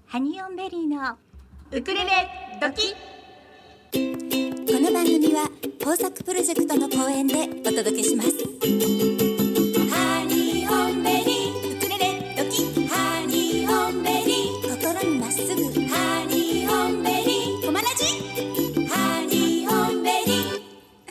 ハニオンベリーのウクレレドキ。 この番組は豊作プロジェクトの講演でお届けします。ハニオンベリーウクレレドキ。ハニオンベリー心にまっすぐ。ハニオンベリーコマラジ。ハニオンベリー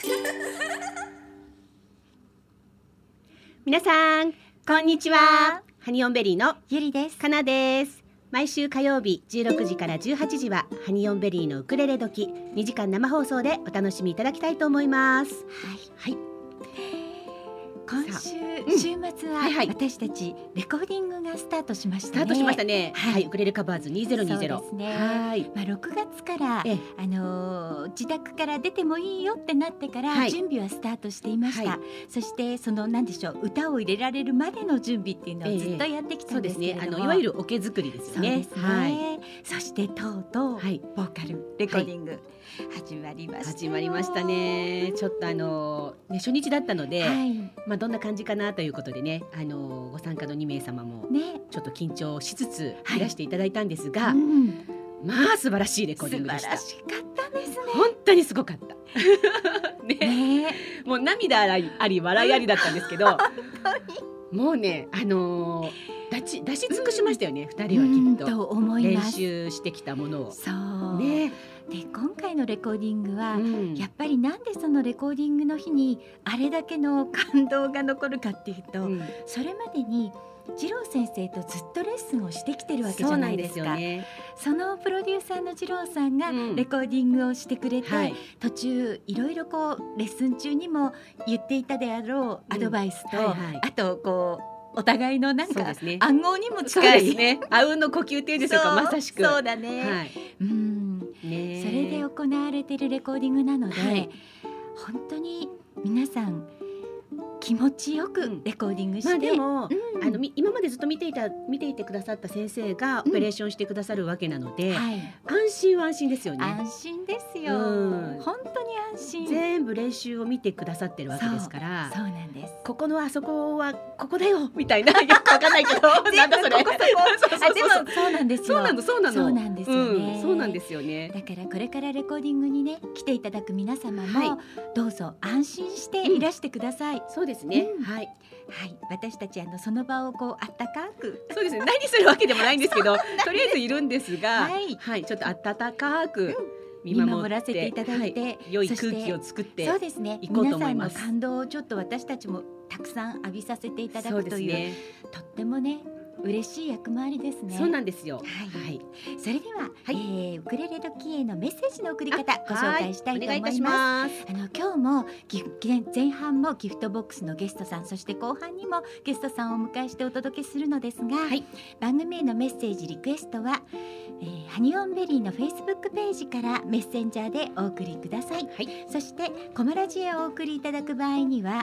皆さんこんにちは。ハニオンベリーのゆりです。 かなです。毎週火曜日16時から18時はハニオンベリーのウクレレ時2時間生放送でお楽しみいただきたいと思います。はい、はい、 今週、週末は私たちレコーディングがスタートしましたね。 スタートしましたね。はい、ウクレレカバーズ2020。 そうですね。 はい。 6月から自宅から出てもいいよってなってから、準備はスタートしていました。そしてその何でしょう、歌を入れられるまでの準備っていうのをずっとやってきたんですけれども、 そうですね。いわゆるオケ作りですよね。 そうですね。はい、そしてとうとう、ボーカルレコーディング、始まりました。 始まりましたね。ちょっと初日だったので、どんな感じかなということでね、ご参加の2名様もちょっと緊張しつついらしていただいたんですが、まあ素晴らしいレコーディングでした。 素晴らしかったですね。 本当にすごかったね。もう涙あり笑いありだったんですけどもうね、出し尽くしましたよね、2人はきっと。思います。練習してきたものを。 そうね。で今回のレコーディングは、やっぱりなんでそのレコーディングの日にあれだけの感動が残るかっていうと、それまでに次郎先生とずっとレッスンをしてきてるわけじゃないですか。そうなんですよね。そのプロデューサーの次郎さんがレコーディングをしてくれて、途中いろいろレッスン中にも言っていたであろうアドバイスと、あとお互いのなんか暗号にも近いですね。 あうんの呼吸っていうんでしょうか。まさしくそうだね。それで行われているレコーディングなので、本当に皆さん気持ちよくレコーディングして、 でも、今までずっと見ていてくださった先生がオペレーションしてくださるわけなので、安心は安心ですよね。 安心ですよ。本当に安心。 全部練習を見てくださってるわけですから。 そうなんです。 ここのあそこはここだよみたいな、よくわかんないけどなんだそれ。でもそうなんですよ。 そうなんですよね。 そうなんですよね。 だからこれからレコーディングにね来ていただく皆様も、どうぞ安心していらしてください。 そうですね。はい。 私たちその場をあったかく、 そうですね。何するわけでもないんですけど、とりあえずいるんですが、ちょっと温かく見守らせていただいて、 良い空気を作ってそうですね。 いこうと思います。 皆さんの感動をちょっと私たちもたくさん浴びさせていただくという、とってもね嬉しい役回りですね。 そうなんですよ。 それでは、ウクレレ時へのメッセージの送り方ご紹介したいと思います。今日も前半もギフトボックスのゲストさん、そして後半にもゲストさんをお迎えしてお届けするのですが、番組へのメッセージリクエストは、ハニオンベリーのフェイスブックページからメッセンジャーでお送りください。そしてコマラジへお送りいただく場合には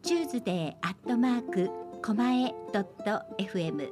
tuesday@komae.fm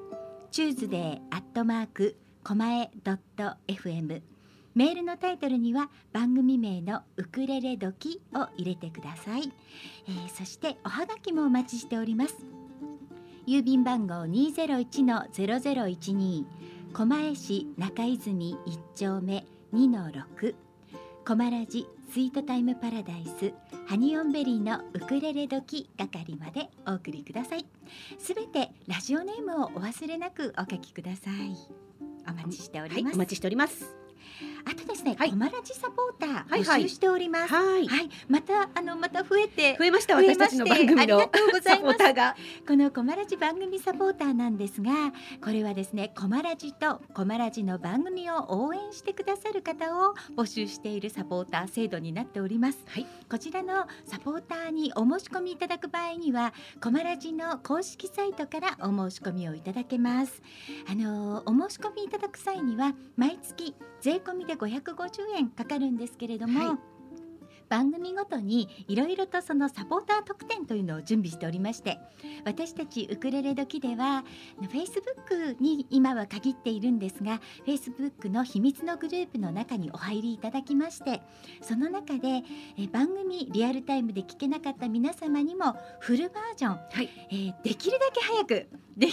tuesday@komae.fm メールのタイトルには番組名のウクレレ時を入れてください。そしておはがきもお待ちしております。郵便番号 201-0012 狛江市中泉1丁目 2-6 コマラジスイートタイムパラダイスハニオンベリーのウクレレ時係までお送りください。すべてラジオネームをお忘れなくお書きください。お待ちしております。 お待ちしております。 あとですね、コマラジサポーター募集しております。また増えました。 私たちの番組のサポーターが。 このコマラジ番組サポーターなんですが、これはですね、コマラジとコマラジの番組を応援してくださる方を募集しているサポーター制度になっております。こちらのサポーターにお申し込みいただく場合には、コマラジの公式サイトからお申し込みをいただけます。お申し込みいただく際には毎月税込みで550円かかるんですけれども、 番組ごとにいろいろとそのサポーター特典というのを準備しておりまして、私たちウクレレ時では Facebook に今は限っているんですが、 Facebook の秘密のグループの中にお入りいただきまして、その中で番組リアルタイムで聞けなかった皆様にもフルバージョン、できるだけ早く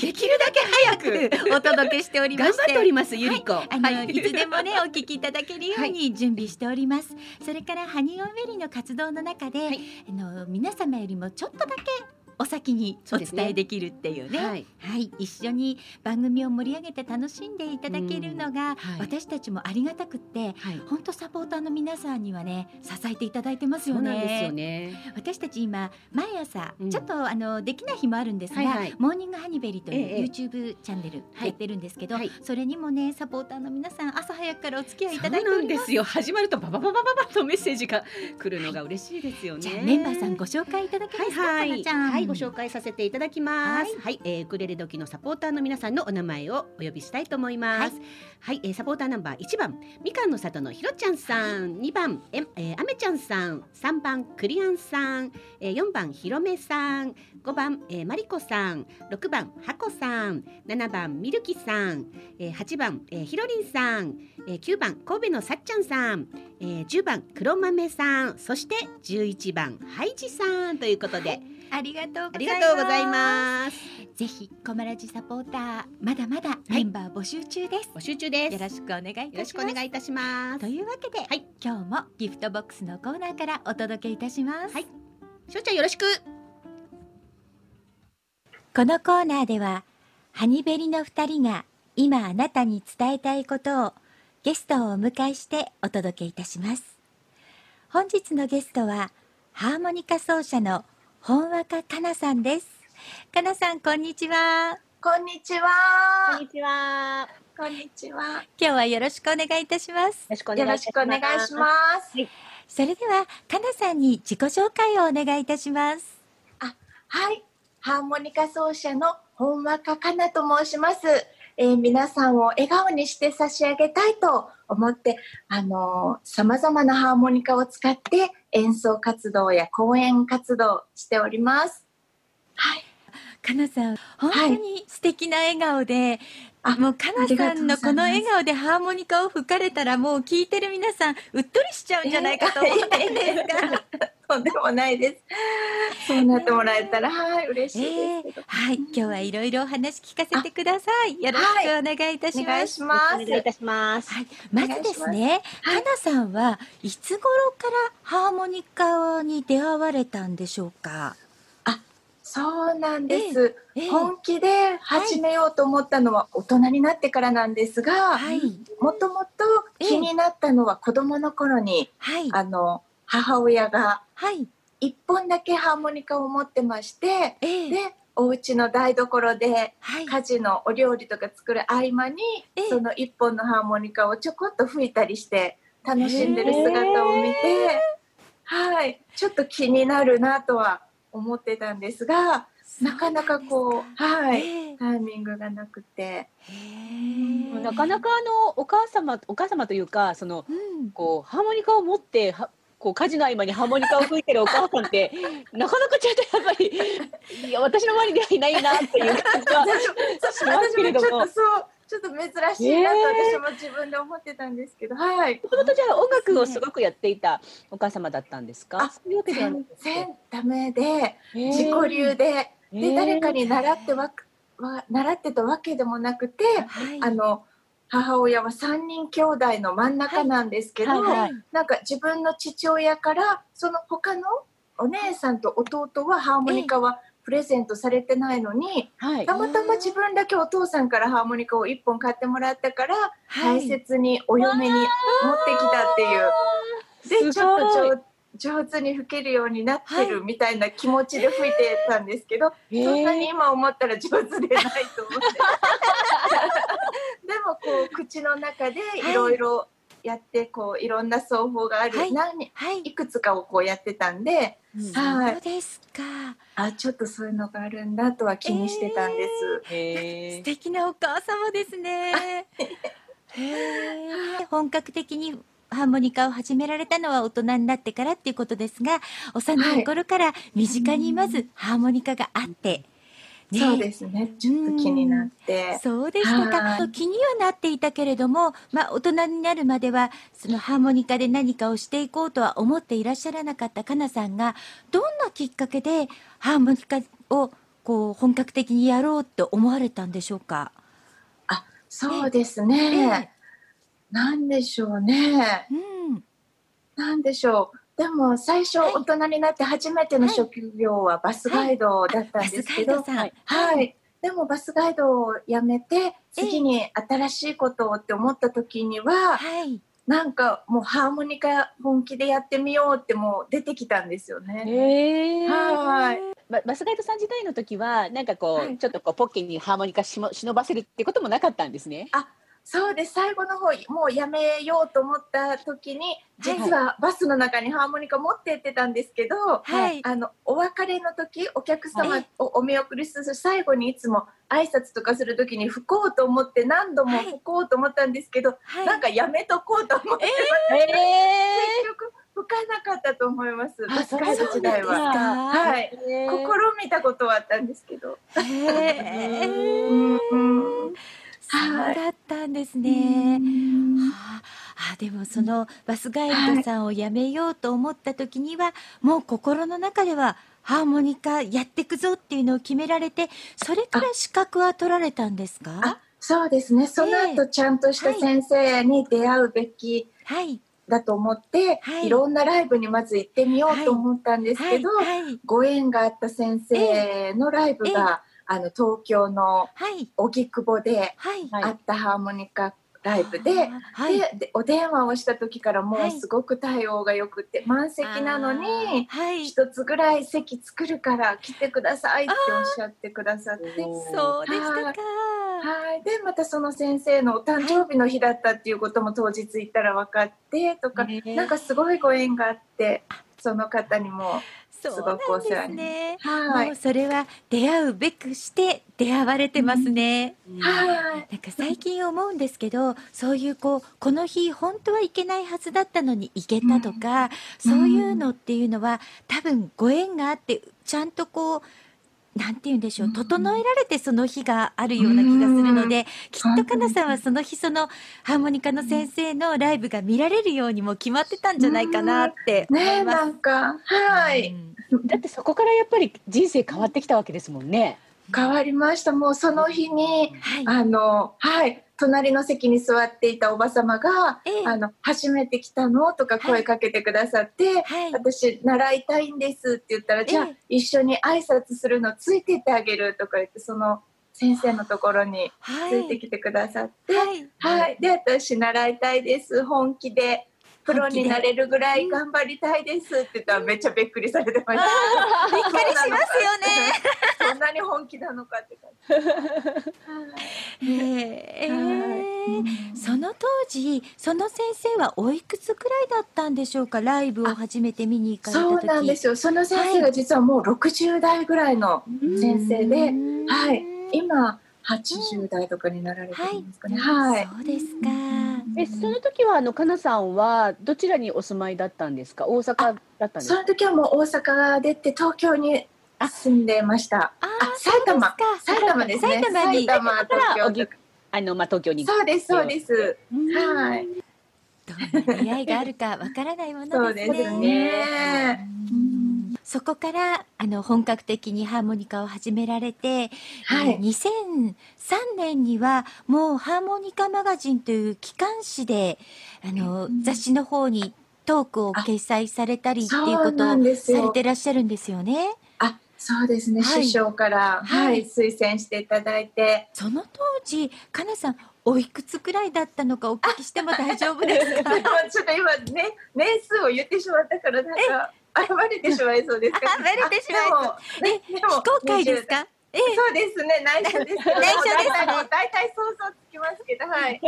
お届けしておりまして、 頑張っておりますゆり子、 いつでもねお聞きいただけるように準備しております。それからハニーオンベリーの活動の中で、皆様よりもちょっとだけお先にお伝えできるっていうね、一緒に番組を盛り上げて楽しんでいただけるのが、私たちもありがたくって、本当サポーターの皆さんにはね支えていただいてますよね。 そうなんですよね。 私たち今毎朝、ちょっとできない日もあるんですが、モーニングハニベリーという YouTube チャンネルやってるんですけど、それにもねサポーターの皆さん朝早くからお付き合いいただいております。 そうなんですよ。始まるとババババババとメッセージが来るのが嬉しいですよね。 じゃあメンバーさんご紹介いただけますか、かなちゃん。 ご紹介させていただきます。ウクレレ時のサポーターの皆さんのお名前をお呼びしたいと思います。サポーターナンバー1番みかんの里のひろちゃんさん、2番あめちゃんさん、3番クリアンさん、4番ひろめさん、5番まりこさん、6番はこさん、7番みるきさん、8番ひろりんさん、9番神戸のさっちゃんさん、10番黒豆さん、そして11番はいじさんということで、 ありがとうございます。 ぜひコマラジサポーターまだまだメンバー募集中です。よろしくお願いいたします。 よろしくお願いいたします。 というわけで、今日もギフトボックスのコーナーからお届けいたします。 しょうちゃんよろしく。 このコーナーではハニベリの2人が今あなたに伝えたいことをゲストをお迎えしてお届けいたします。本日のゲストはハーモニカ奏者の本若かなさんです。かなさん、こんにちは。 こんにちは。 こんにちは。 こんにちは。 今日はよろしくお願いいたします。 よろしくお願いします。 それではかなさんに自己紹介をお願いいたします。 はい、ハーモニカ奏者の本若かなと申します。皆さんを笑顔にして差し上げたいと思って、様々なハーモニカを使って演奏活動や講演活動しております。 かなさん、本当に素敵な笑顔で、もうかなさんのこの笑顔でハーモニカを吹かれたら、もう聞いてる皆さんうっとりしちゃうんじゃないかと思っていいですか。 とんでもないです。そうなってもらえたら、嬉しいです。 今日はいろいろお話聞かせてください。よろしくお願いいたします。 お願いいたします。 まずですね、かなさんはいつ頃からハーモニカに出会われたんでしょうか。 そうなんです。本気で始めようと思ったのは大人になってからなんですが、もともと気になったのは子供の頃に、母親が1本だけハーモニカを持ってまして、でお家の台所で家事のお料理とか作る合間に、その1本のハーモニカをちょこっと吹いたりして楽しんでる姿を見て、ちょっと気になるなとは思ってたんですが、なかなかタイミングがなくて、 なかなかお母様というか、その、ハーモニカを持って家事の合間にハーモニカを吹いてるお母さんってなかなかちょっとやっぱり私の周りではいないなっていう感じはしますけれども。 ちょっと珍しいなと私も自分で思ってたんですけど、もともとじゃあ音楽をすごくやっていたお母様だったんですか？ 全然ダメで、自己流で、誰かに習ってたわけでもなくて、母親は3人兄弟の真ん中なんですけど、なんか自分の父親からその他のお姉さんと弟はハーモニカはプレゼントされてないのに、たまたま自分だけお父さんからハーモニカを1本買ってもらったから、大切にお嫁に持ってきたっていう、でちょっと上手に吹けるようになってるみたいな気持ちで吹いてたんですけど、そんなに今思ったら上手でないと思ってでも口の中でいろいろやっていろんな奏法がある、いくつかをやってたんで、 そうですか。 ちょっとそういうのがあるんだとは気にしてたんです。 素敵なお母様ですね。本格的にハーモニカを始められたのは大人になってからっていうことですが、幼い頃から身近にまずハーモニカがあって、 ね、そうですね。ちょっと気になって。 そうでしたか。気にはなっていたけれども、大人になるまではそのハーモニカで何かをしていこうとは思っていらっしゃらなかったかなさんが、どんなきっかけでハーモニカをこう本格的にやろうって思われたんでしょうか。 そうですね。なんでしょうね。なんでしょう。でも最初、大人になって初めての職業はバスガイドだったんですけど、でもバスガイドを辞めて次に新しいことをって思った時には、なんかもうハーモニカ本気でやってみようってもう出てきたんですよね。 バスガイドさん時代の時はなんかこう、ちょっとこうポッケにハーモニカ忍ばせるってこともなかったんですね。 そうです。最後の方もうやめようと思った時に、実はバスの中にハーモニカ持って行ってたんですけど、お別れの時、お客様をお見送りする最後にいつも挨拶とかする時に吹こうと思って何度も吹こうと思ったんですけど、なんかやめとこうと思って結局吹かなかったと思います。バスガイド時代は。試みたことはあったんですけど。 そうだったんですね。でもそのバスガイドさんを辞めようと思った時には、もう心の中ではハーモニカやっていくぞっていうのを決められて、それから資格は取られたんですか？ そうですね。その後ちゃんとした先生に出会うべきだと思って、いろんなライブにまず行ってみようと思ったんですけど、ご縁があった先生のライブが東京の荻窪であったハーモニカライブで、お電話をした時からもうすごく対応がよくて、満席なのに一つぐらい席作るから来てくださいっておっしゃってくださって、 そうでしたか。 でまたその先生のお誕生日の日だったっていうことも当日行ったら分かってとか、なんかすごいご縁があって、その方にもすごくお世話になって、 もうそれは出会うべくして出会われてますね。なんか最近思うんですけど、そういうこの日本当は行けないはずだったのに行けたとか、そういうのっていうのは多分ご縁があってちゃんとなんて言うんでしょう、整えられてその日があるような気がするので、きっとかなさんはその日そのハーモニカの先生のライブが見られるようにも決まってたんじゃないかなって思います。 なんかだってそこからやっぱり人生変わってきたわけですもんね。 変わりました。もうその日に、隣の席に座っていたおば様が、初めて来たのとか声かけてくださって、私習いたいんですって言ったら、じゃあ一緒に挨拶するのついてってあげるとか言って、その先生のところについてきてくださって、で私習いたいです、本気でプロになれるぐらい頑張りたいですって言ったらめっちゃびっくりされてました。 びっくりしますよね。 そんなに本気なのかって感じ。その当時その先生はおいくつくらいだったんでしょうか？ライブを初めて見に行かれた時。 そうなんですよ。その先生が実はもう60代ぐらいの先生で、今80代とかになられてるんですかね。 そうですか。 その時はかなさんはどちらにお住まいだったんですか？大阪だったんですか？ その時はもう大阪出て東京に住んでました。埼玉ですね。埼玉東京東京に。 そうです。 どんな出会いがあるかわからないものですね。 そうですね。 そこから本格的にハーモニカを始められて、2003年にはもうハーモニカマガジンという機関誌で雑誌の方にトークを掲載されたりっていうことをされてらっしゃるんですよね。 そうですね、師匠から推薦していただいて。 その当時かなさんおいくつくらいだったのかお聞きしても大丈夫ですか？ ちょっと今ね年数を言ってしまったからなんかバレてしまいそうですか？ バレてしまいそう。非公開ですか？ そうですね、内緒ですけど、大体想像つきますけど、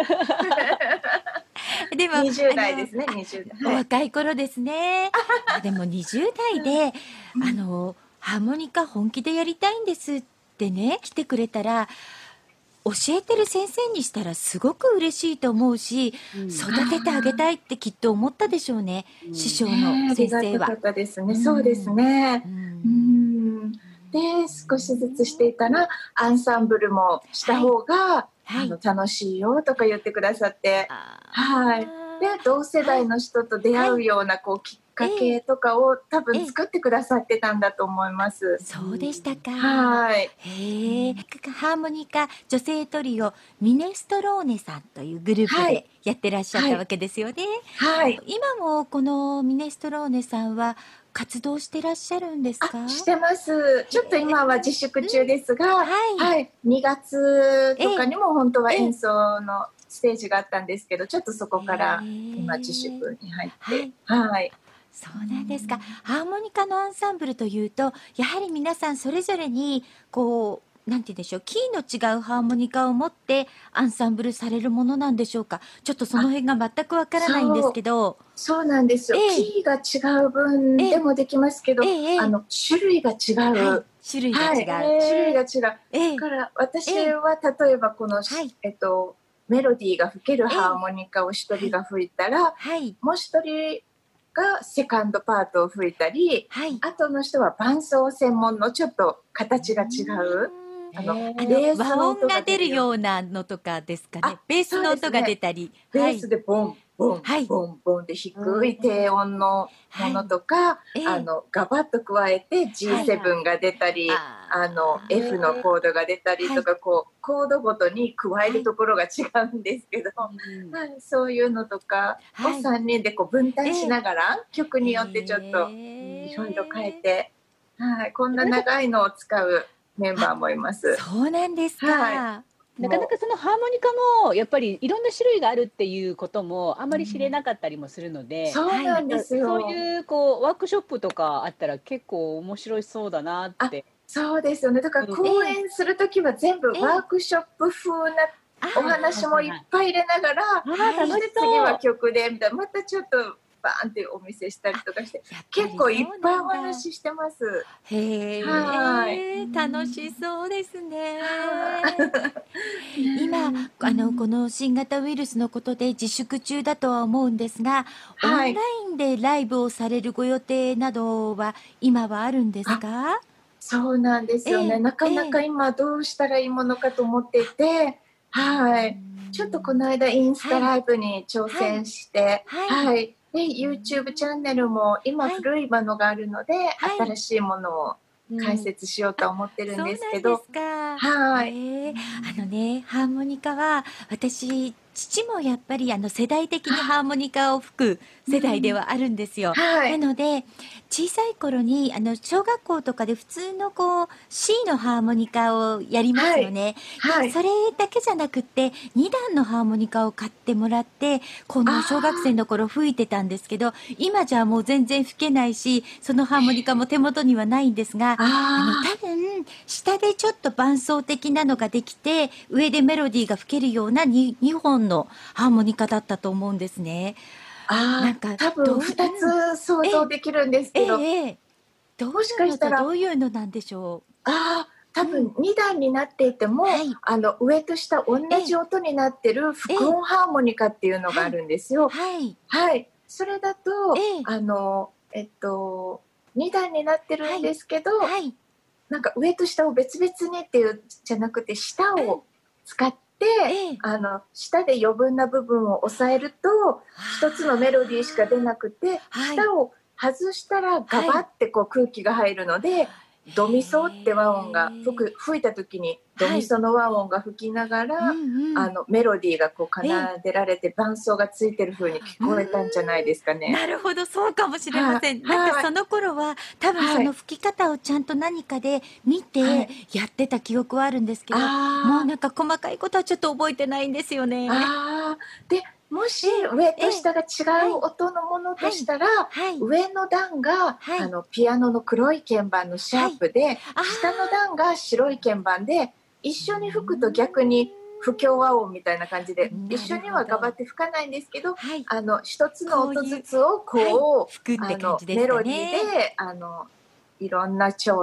でも20代ですね、20代。 お若い頃ですね。でも20代でハーモニカ本気でやりたいんですってね来てくれたら教えてる先生にしたらすごく嬉しいと思うし、育ててあげたいってきっと思ったでしょうね、師匠の先生は。 ありがたかったですね。そうですね。で少しずつしていたらアンサンブルもした方が、楽しいよとか言ってくださって、で同世代の人と出会うようなこうきっかけとかを多分作ってくださってたんだと思います。 そうでしたか。 はい。 ハーモニカ女性トリオミネストローネさんというグループでやってらっしゃったわけですよね。今もこのミネストローネさんは活動してらっしゃるんですか？ してます。ちょっと今は自粛中ですが、2月とかにも本当は演奏のステージがあったんですけど、ちょっとそこから今自粛に入って、 そうなんですか。ハーモニカのアンサンブルというと、やはり皆さんそれぞれにこうなんて言うんでしょう、キーの違うハーモニカを持ってアンサンブルされるものなんでしょうか。ちょっとその辺が全くわからないんですけど。 そうなんですよ、キーが違う分でもできますけど、種類が違う、 種類が違う、 だから私は例えばこの、メロディーが吹けるハーモニカを一人が吹いたら、もう一人がセカンドパートを吹いたり、後の人は伴奏専門のちょっと形が違う和音が出るようなのとかですかね。ベースの音が出たり、 ベースでボンボンボンボンで低い低音のものとか、ガバッと加えて G7 が出たり、F のコードが出たりとか、こうコードごとに加えるところが違うんですけど、そういうのとかを3人でこう分担しながら、曲によってちょっといろいろ変えて、こんな長いのを使うメンバーもいます。 そうなんですか。 なかなかそのハーモニカもやっぱりいろんな種類があるっていうこともあまり知れなかったりもするので、 そうなんですよ。 そういうこうワークショップとかあったら結構面白いそうだなって。 そうですよね。だから講演するときは全部ワークショップ風なお話もいっぱい入れながら、次は曲でみたいな、またちょっとバーンってお見せしたりとかして、結構いっぱいお話ししてます。 楽しそうですね。今この新型ウイルスのことで自粛中だとは思うんですが、オンラインでライブをされるご予定などは今はあるんですか？ そうなんですよね。なかなか今どうしたらいいものかと思っていて、ちょっとこの間インスタライブに挑戦して、で YouTube チャンネルも今古いものがあるので、新しいものを解説しようと思ってるんですけど、 ハーモニカは私父もやっぱり世代的にハーモニカを吹く世代ではあるんですよ。なので小さい頃に小学校とかで普通のこう C のハーモニカをやりますよね。それだけじゃなくって2段のハーモニカを買ってもらってこの小学生の頃吹いてたんですけど、今じゃもう全然吹けないしそのハーモニカも手元にはないんですが、多分下でちょっと伴奏的なのができて上でメロディーが吹けるような 2本のハーモニカだったと思うんですね。 なんか多分2つ想像できるんですけど、 もしかしたらどういうのなんでしょう。 多分2段になっていても、上と下同じ音になってる複音ハーモニカっていうのがあるんですよ。それだと、2段になってるんですけど、なんか上と下を別々にっていうじゃなくて下を使って下で余分な部分を抑えると一つのメロディーしか出なくて、下を外したらガバってこう空気が入るので、ドミソって和音が吹いた時にドミソの和音が吹きながら、メロディーがこう奏でられて伴奏がついてる風に聞こえたんじゃないですかね。 なるほど、そうかもしれません。なんかその頃は多分その吹き方をちゃんと何かで見てやってた記憶はあるんですけど、もうなんか細かいことはちょっと覚えてないんですよね。 でもし上と下が違う音のものでしたら、上の段がピアノの黒い鍵盤のシャープで、下の段が白い鍵盤で、一緒に吹くと逆に不協和音みたいな感じで、一緒には頑張って吹かないんですけど、一つの音ずつをこう、メロディーでいろんな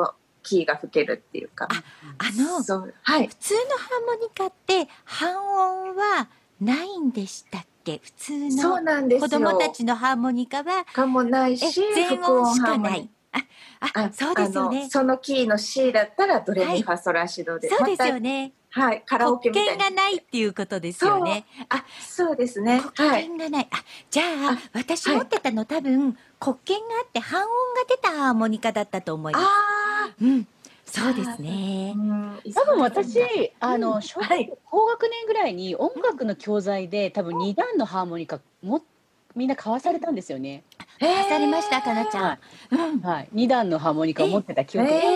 キーが吹けるっていうか。 はい、普通のハーモニカって半音はないんでしたっけ？普通の子供たちのハーモニカはかもないし、 全音しかない。そうですよね。 そのキーの C だったらドレミファソラシドで、 そうですよね。 はい、カラオケみたいな。 黒鍵がないっていうことですよね。 そうですね。 黒鍵がない。じゃあ私持ってたの多分黒鍵があって半音が出たハーモニカだったと思います。そうですね。 多分私小学高学年ぐらいに音楽の教材で多分2段のハーモニカみんな買わされたんですよね。 買わされました、かなちゃん。 2段のハーモニカを持ってた記憶があって、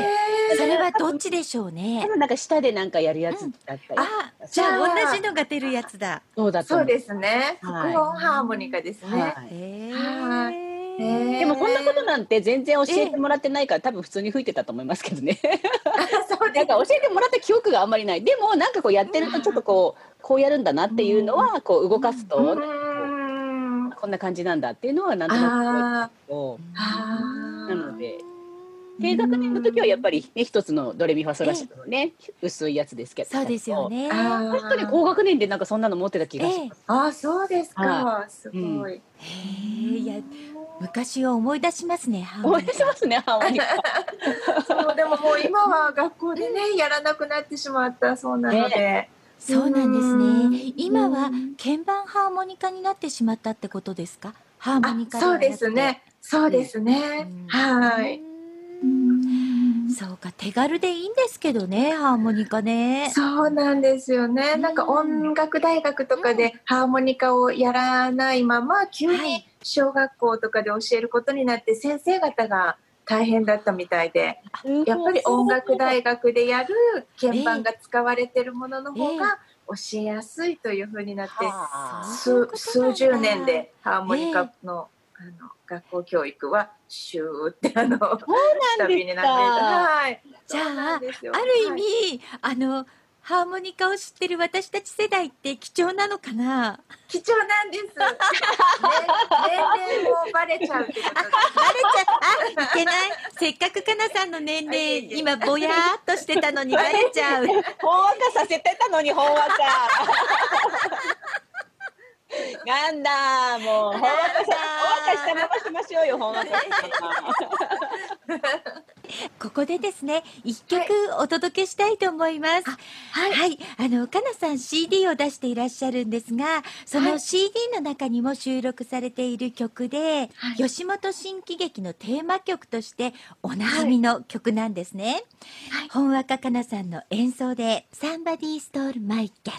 それはどっちでしょうね。 多分なんか下でなんかやるやつだったり。 じゃあ同じのが出るやつだ。 そうですね。複音ハーモニカですね。 でもそんなことなんて全然教えてもらってないから多分普通に吹いてたと思いますけどね。なんか教えてもらった記憶があんまりない。でもなんかこうやってるとちょっとこうやるんだなっていうのはこう動かすとこんな感じなんだっていうのはなんとなく覚えてるけど、なので低学年の時はやっぱりね一つのドレミファソラシドのね薄いやつですけど、 そうですよね。 確かに高学年でなんかそんなの持ってた気がします。そうですか。すごい。 いや昔を思い出しますね。 思い出しますね、ハーモニカ。 そうでももう今は学校でねやらなくなってしまったそうなので。 そうなんですね。今は鍵盤ハーモニカになってしまったってことですか？ハーモニカではなくて。 そうですね。そうですね。はい。 そうか、手軽でいいんですけどね、ハーモニカね。 そうなんですよね。なんか音楽大学とかでハーモニカをやらないまま急に小学校とかで教えることになって先生方が大変だったみたいで、やっぱり音楽大学でやる鍵盤が使われてるものの方が教えやすいというふうになって、数十年でハーモニカの学校教育はシューって下火になっていた。 じゃあある意味ハーモニカを知ってる私たち世代って貴重なのかな？ 貴重なんです。年齢もバレちゃうってことです。 バレちゃう。いけない。せっかくかなさんの年齢今ぼやーっとしてたのにバレちゃう。 ほんわかさせてたのにほんわか。なんだもうほんわかしたまましましょうよ。ほんわかここでですね一曲お届けしたいと思います。はい、かなさん CD を出していらっしゃるんですが、その CD の中にも収録されている曲で、吉本新喜劇のテーマ曲としておなじみの曲なんですね。ほんわかかなさんの演奏で Somebody Stole My Girl。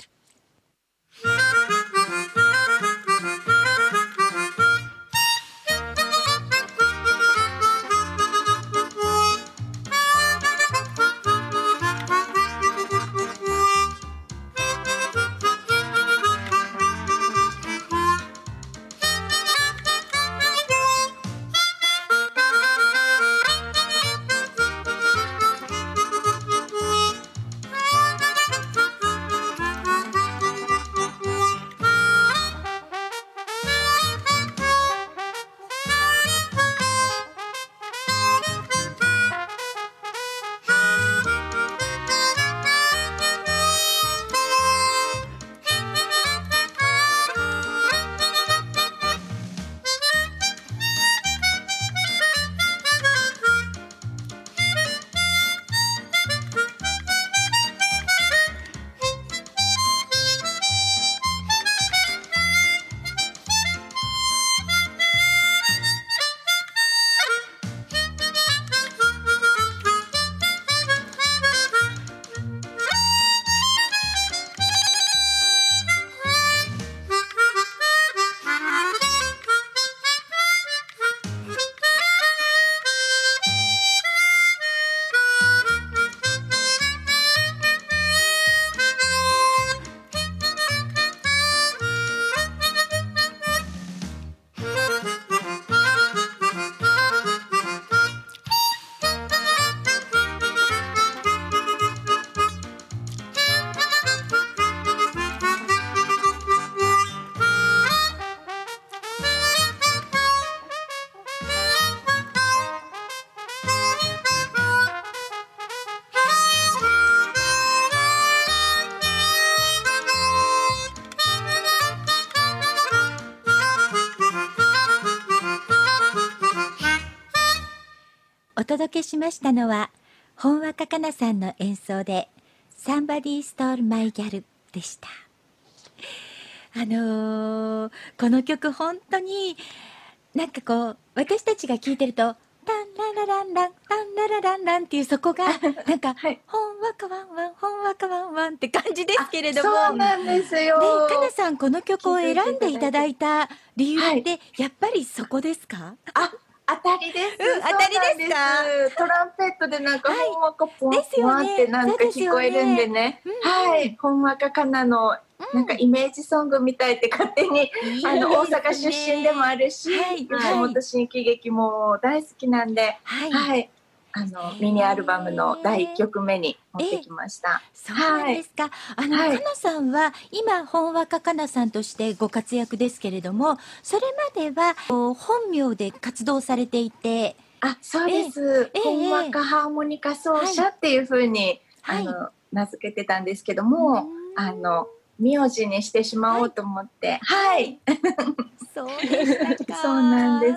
お届けしましたのは本若かなさんの演奏で Somebody Stole My Girl でした。この曲本当になんかこう私たちが聴いてるとタンララランランタンララランランっていうそこがなんか、はい、ほんわかワンワンほんわかワンワンって感じですけれども、 そうなんですよ。 かなさんこの曲を選んでいただいた理由って、はい、やっぱりそこですか？ 当たりです。 当たりですか？ トランペットでなんかほんわかポワポワってなんか聞こえるんでね。はい、ほんわかかなのなんかイメージソングみたいって勝手に、大阪出身でもあるし、吉本新喜劇も大好きなんで、はい、ミニアルバムの第1曲目に持ってきました。 そうなんですか。かなさんは今ほんわかかなさんとしてご活躍ですけれども、それまでは本名で活動されていて、 そうです。ほんわかハーモニカ奏者っていう風に、名付けてたんですけども、名字にしてしまおうと思って、はい。 そうでしたか。 そうなんです。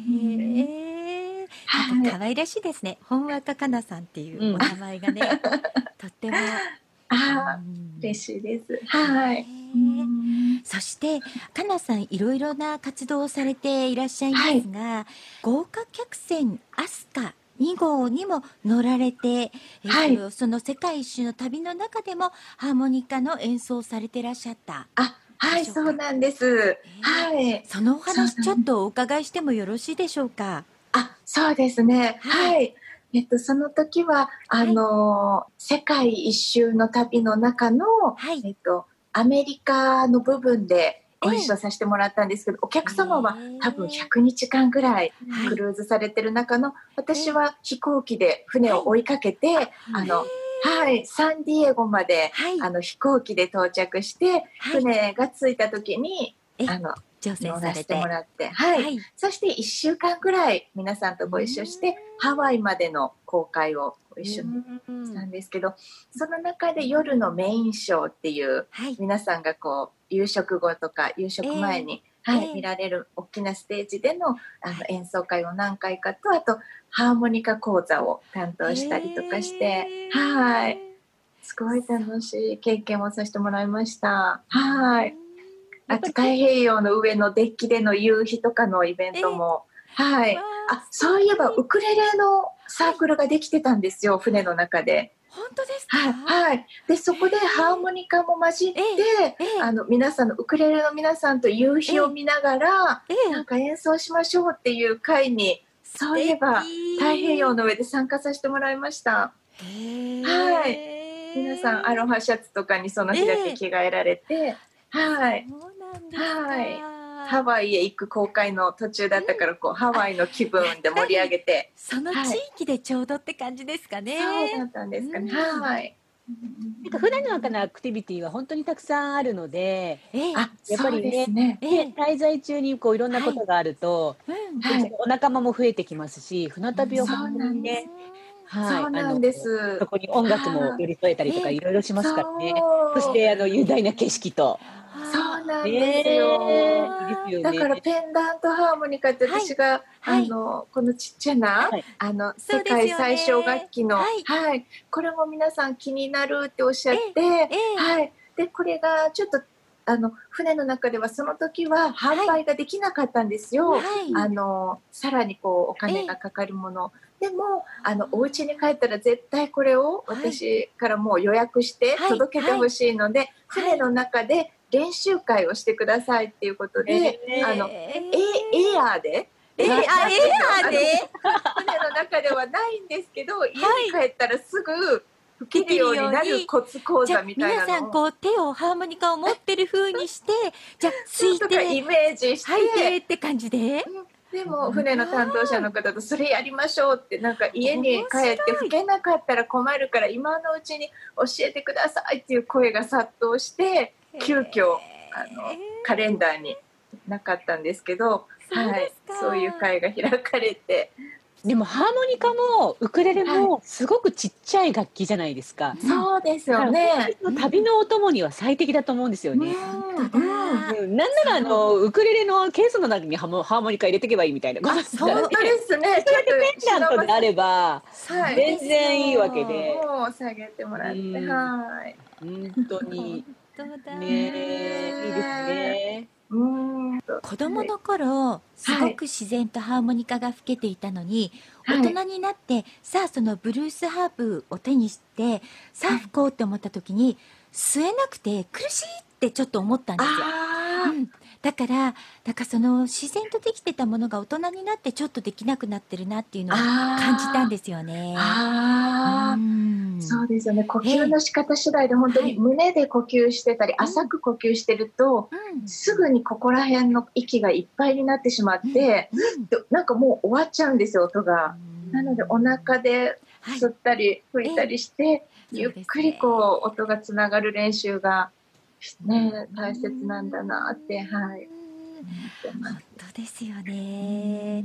可愛らしいですね。ほんわかかなさんっていうお名前がね、とっても。 嬉しいです。はい。 そしてかなさんいろいろな活動をされていらっしゃいますが、豪華客船アスカ2号にも乗られて、その世界一周の旅の中でもハーモニカの演奏されていらっしゃった。 はい、そうなんです。はい。 そのお話ちょっとお伺いしてもよろしいでしょうか？ そうですね。はい。その時は世界一周の旅の中の、アメリカの部分でご一緒させてもらったんですけど、お客様は多分100日間ぐらいクルーズされてる中の、私は飛行機で船を追いかけて、サンディエゴまで、飛行機で到着して、船が着いた時に乗らせてもらって、そして1週間ぐらい皆さんとご一緒してハワイまでの航海をご一緒にしたんですけど、その中で夜のメインショーっていう、皆さんがこう夕食後とか夕食前に、見られる大きなステージでの、演奏会を何回かと、あとハーモニカ講座を担当したりとかして、すごい楽しい経験をさせてもらいました。太平洋の上のデッキでの夕日とかのイベントも、そういえばウクレレのサークルができてたんですよ、船の中で。 本当ですか？ でそこでハーモニカも混じって、皆さんのウクレレの皆さんと夕日を見ながら、なんか演奏しましょうっていう会に、そういえば太平洋の上で参加させてもらいました。皆さんアロハシャツとかにその日だけ着替えられて、ハワイへ行く航海の途中だったから、こうハワイの気分で盛り上げて、 その地域でちょうどって感じですかね。 そうだったんですかね。 なんか普段の中のアクティビティは本当にたくさんあるので、やっぱりね、滞在中にこういろんなことがあると、お仲間も増えてきますし、船旅を本当にね、 そうなんです。 そこに音楽も寄り添えたりとかいろいろしますからね。そして雄大な景色と。 そうなんですよ。だからペンダントハーモニカって私が、このちっちゃな、世界最小楽器の、これも皆さん気になるっておっしゃって、でこれがちょっと船の中ではその時は販売ができなかったんですよ。さらにこうお金がかかるもの。でもお家に帰ったら絶対これを私からもう予約して届けてほしいので、船の中で練習会をしてくださいっていうことで、エアーで船の中ではないんですけど、家に帰ったらすぐ吹けるようになるコツ講座みたいなのを、 皆さんこう手をハーモニカを持ってる風にしてじゃあ吹いてイメージして吹いてって感じで、 でも船の担当者の方とそれやりましょうって、なんか家に帰って吹けなかったら困るから今のうちに教えてくださいっていう声が殺到して、急遽カレンダーになかったんですけど、そういう会が開かれて、 でもハーモニカもウクレレもすごくちっちゃい楽器じゃないですか。 そうですよね。 旅のお供には最適だと思うんですよね。なんならウクレレのケースの中にハーモニカ入れていけばいいみたいなことですからね。 本当ですね。 それでペンダントであれば全然いいわけで。 もう下げてもらって、はい。 本当にね、いいですね。 子供の頃すごく自然とハーモニカが吹けていたのに、大人になってさあそのブルースハープを手にしてさあ吹こうって思った時に吸えなくて苦しいってちょっと思ったんですよ。だからその自然とできてたものが大人になってちょっとできなくなってるなっていうのを感じたんですよね。 そうですよね。呼吸の仕方次第で本当に胸で呼吸してたり、浅く呼吸してると、すぐにここら辺の息がいっぱいになってしまって、なんかもう終わっちゃうんですよ、音が。なのでお腹で吸ったり吹いたりして、ゆっくりこう音がつながる練習がね、大切なんだなって、はい。 本当ですよね。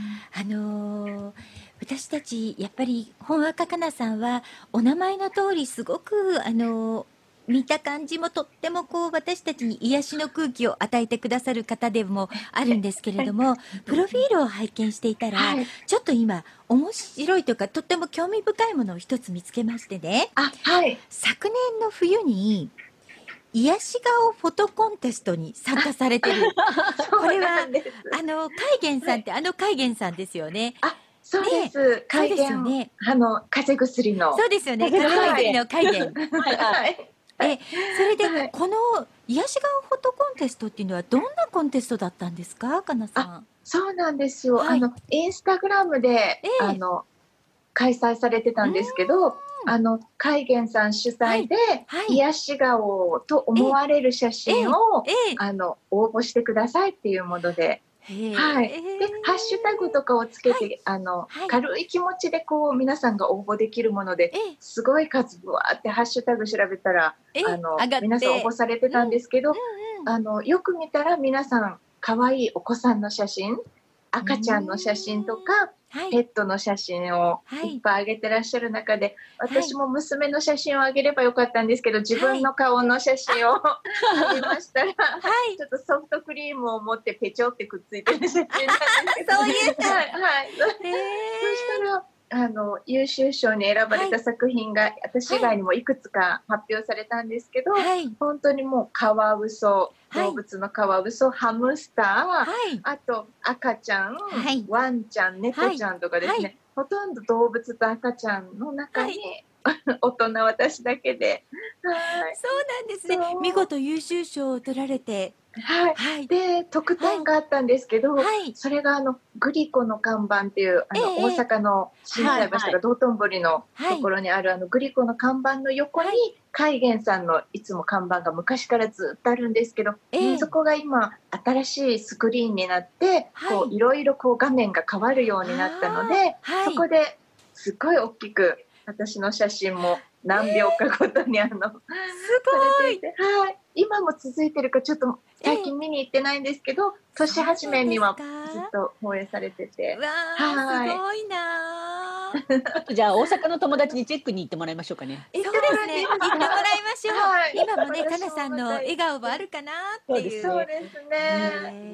私たちやっぱり本若かなさんはお名前の通りすごく見た感じもとってもこう私たちに癒しの空気を与えてくださる方でもあるんですけれども、プロフィールを拝見していたら、ちょっと今面白いというかとっても興味深いものを一つ見つけましてね、昨年の冬に癒し顔フォトコンテストに参加されてるこれは海源さんって海源さんですよね。 そうです。海源、風邪薬の。 そうですよね。風邪薬の海源。それでこの癒し顔フォトコンテストっていうのはどんなコンテストだったんですか、かなさん。 そうなんですよ。インスタグラムで開催されてたんですけど、海源さん主催で、癒し顔と思われる写真を、応募してくださいっていうもので、でハッシュタグとかをつけて、軽い気持ちでこう皆さんが応募できるもので、すごい数ぶわーってハッシュタグ調べたら皆さん応募されてたんですけど、よく見たら皆さん可愛いお子さんの写真、赤ちゃんの写真とかペットの写真をいっぱい上げてらっしゃる中で、私も娘の写真を上げればよかったんですけど、自分の顔の写真を上げましたら、ちょっとソフトクリームを持ってペチョってくっついてる写真なんですけど、 そういうそしたら優秀賞に選ばれた作品が私以外にもいくつか発表されたんですけど、本当にもうカワウソ、動物のカワウソ、ハムスター、あと赤ちゃん、ワンちゃん、猫ちゃんとかですね、ほとんど動物と赤ちゃんの中に大人私だけで、 そうなんですね。見事優秀賞を取られて、 で特典があったんですけど、それがグリコの看板っていう大阪の心斎橋とか道頓堀のところにあるグリコの看板の横に海源さんのいつも看板が昔からずっとあるんですけど、そこが今新しいスクリーンになっていろいろ画面が変わるようになったので、そこですっごい大きく私の写真も何秒かごとにすごい、 今も続いてるかちょっと最近見に行ってないんですけど、年始めにはずっと放映されてて、 すごいな。 じゃあ大阪の友達にチェックに行ってもらいましょうかね。 そうですね、行ってもらいましょう。今もね、かなさんの笑顔もあるかなっていう。 そうですね。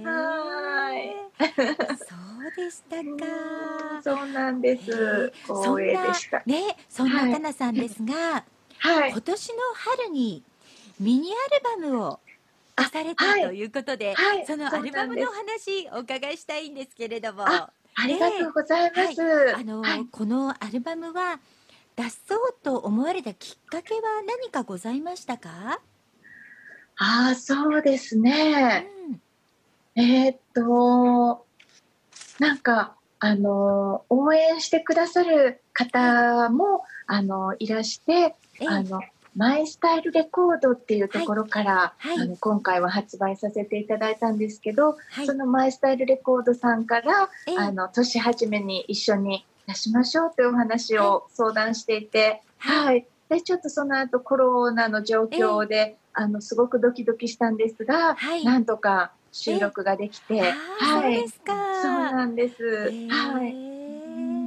そうでしたか。 そうなんです。光栄でした。 そんなかなさんですが、今年の春にミニアルバムを出されたということで、そのアルバムのお話お伺いしたいんですけれども。 ありがとうございます。 このアルバムは出そうと思われたきっかけは何かございましたか？ そうですね。なんか応援してくださる方もいらして、マイスタイルレコードっていうところから、今回は発売させていただいたんですけど、そのマイスタイルレコードさんから、年始めに一緒に出しましょうというお話を相談していて、でちょっとその後コロナの状況で、すごくドキドキしたんですが、なんとか収録ができて、 そうですか。 そうなんです。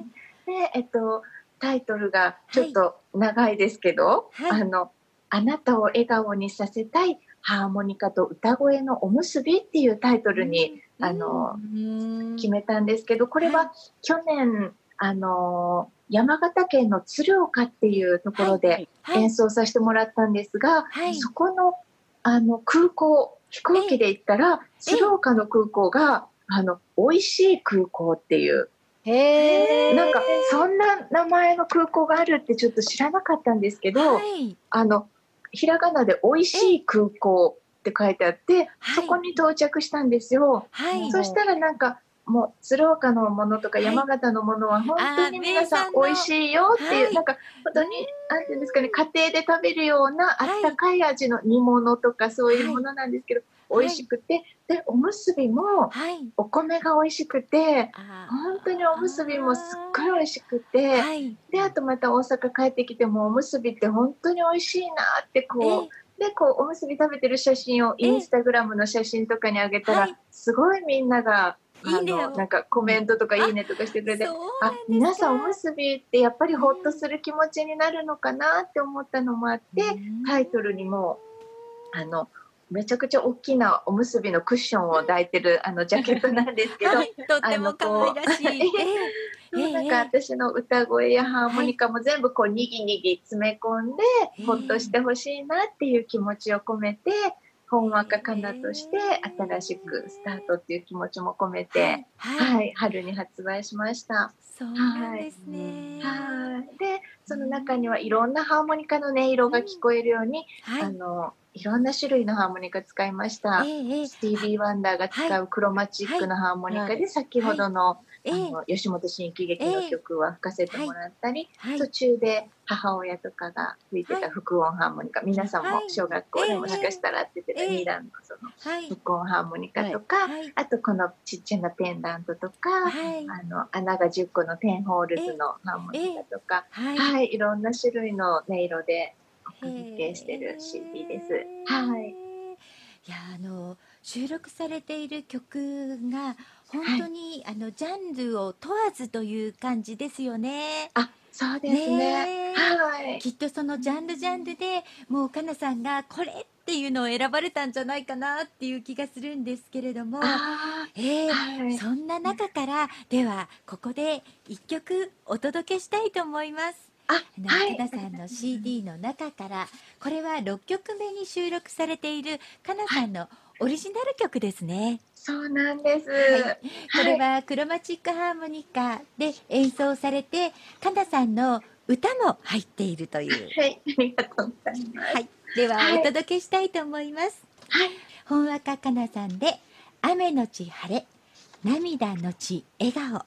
ね、タイトルがちょっと長いですけど、はい、あなたを笑顔にさせたいハーモニカと歌声のおむすびっていうタイトルに、決めたんですけど、これは去年、山形県の鶴岡っていうところで演奏させてもらったんですが、そこの、空港、飛行機で行ったら、鶴岡の空港が、美味しい空港っていう、なんかそんな名前の空港があるってちょっと知らなかったんですけど、ひらがなで美味しい空港って書いてあって、そこに到着したんですよ。そしたらなんかもう鶴岡のものとか山形のものは本当に皆さん美味しいよっていう、なんか本当になんていうんですかね、家庭で食べるようなあったかい味の煮物とかそういうものなんですけど、美味しくて、でおむすびもお米が美味しくて、本当におむすびもすっごい美味しくて、であとまた大阪帰ってきてもおむすびって本当に美味しいなってでおむすび食べてる写真をインスタグラムの写真とかに上げたら、すごいみんながなんかコメントとかいいねとかしてくれて、皆さんおむすびってやっぱりほっとする気持ちになるのかなって思ったのもあって、タイトルにもめちゃくちゃ大きなおむすびのクッションを抱いてるジャケットなんですけど、 とっても可愛らしい。 なんか私の歌声やハーモニカも全部にぎにぎ詰め込んで、ほっとしてほしいなっていう気持ちを込めて、ほんわかかなとして新しくスタートっていう気持ちも込めて、春に発売しました。 そうなんですね。 でその中にはいろんなハーモニカの音色が聞こえるように、いろんな種類のハーモニカ使いました。スティービー・ワンダーが使うクロマチックのハーモニカで、先ほどの吉本新喜劇の曲は吹かせてもらったり、途中で母親とかが吹いてた複音ハーモニカ、皆さんも小学校でもしかしたらって言ってた2段のその複音ハーモニカとか、あとこのちっちゃなペンダントとか、穴が10個のテンホールズのハーモニカとか、いろんな種類の音色でお届けしてる CD です。 いや収録されている曲が本当に、ジャンルを問わずという感じですよね。 そうですね。 きっとそのジャンルでもうかなさんがこれっていうのを選ばれたんじゃないかなっていう気がするんですけれども、そんな中からではここで一曲お届けしたいと思います。かなさんの CD の中からこれは6曲目に収録されているかなさんのオリジナル曲ですね。 そうなんです、これはクロマチックハーモニカで演奏されて、かなさんの歌も入っているという。 ありがとうございます。 では、お届けしたいと思います。ほんわかかなさんで雨のち晴れ、涙のち笑顔。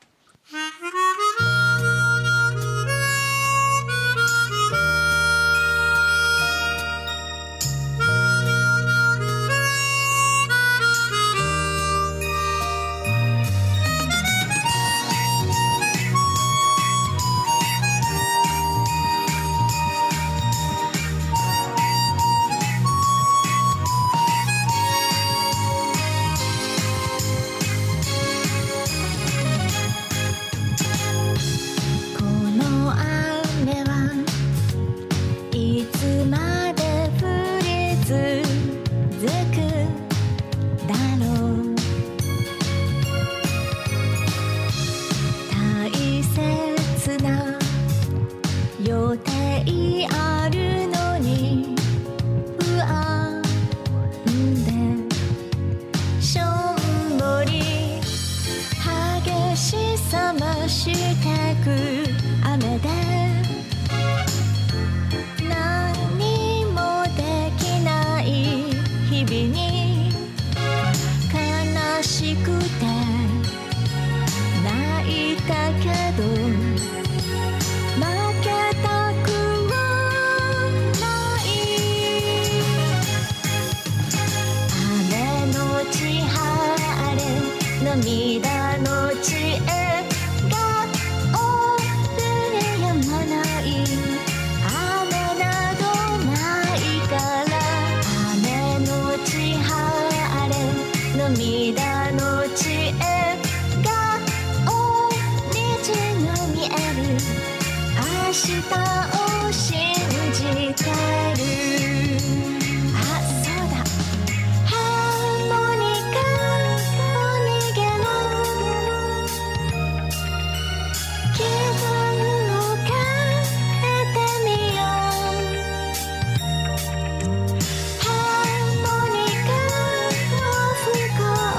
涙の知恵が大虹の見えるを信じてる。あ、そうだ。ハーモニカおにげろ、気分を変えてみよう。ハーモニカを吹こ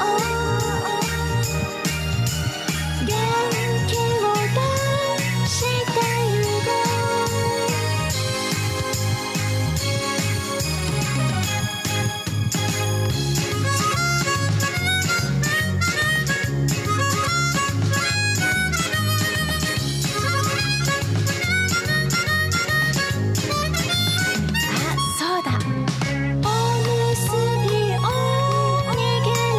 う、元気を出してゆこあ、そうだ。おむすびをにげろ、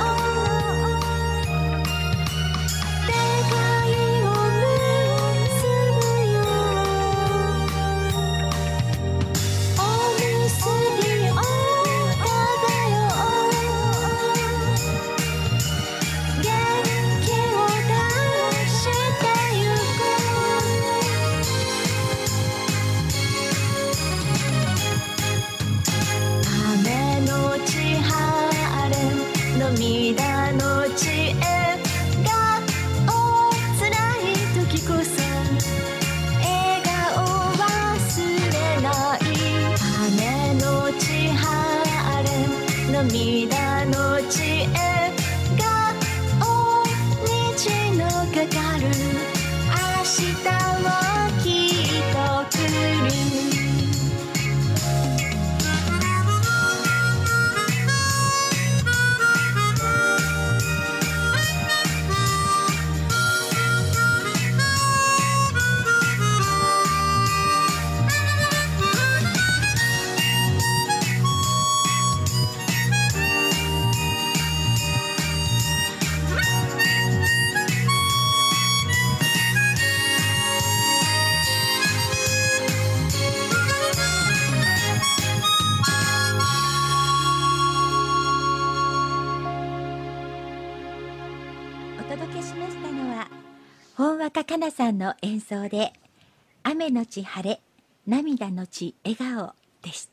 願いを結ぶよ。おむすびを食べよう、元気を出してゆこう。雨のち晴れ涙のち笑顔、辛い時こそ笑顔忘れない。雨のち晴れ涙のち笑顔、虹のかかる明日はきっと来る。 お届けしましたのは本若かなさんの演奏で雨のち晴れ涙のち笑顔でした。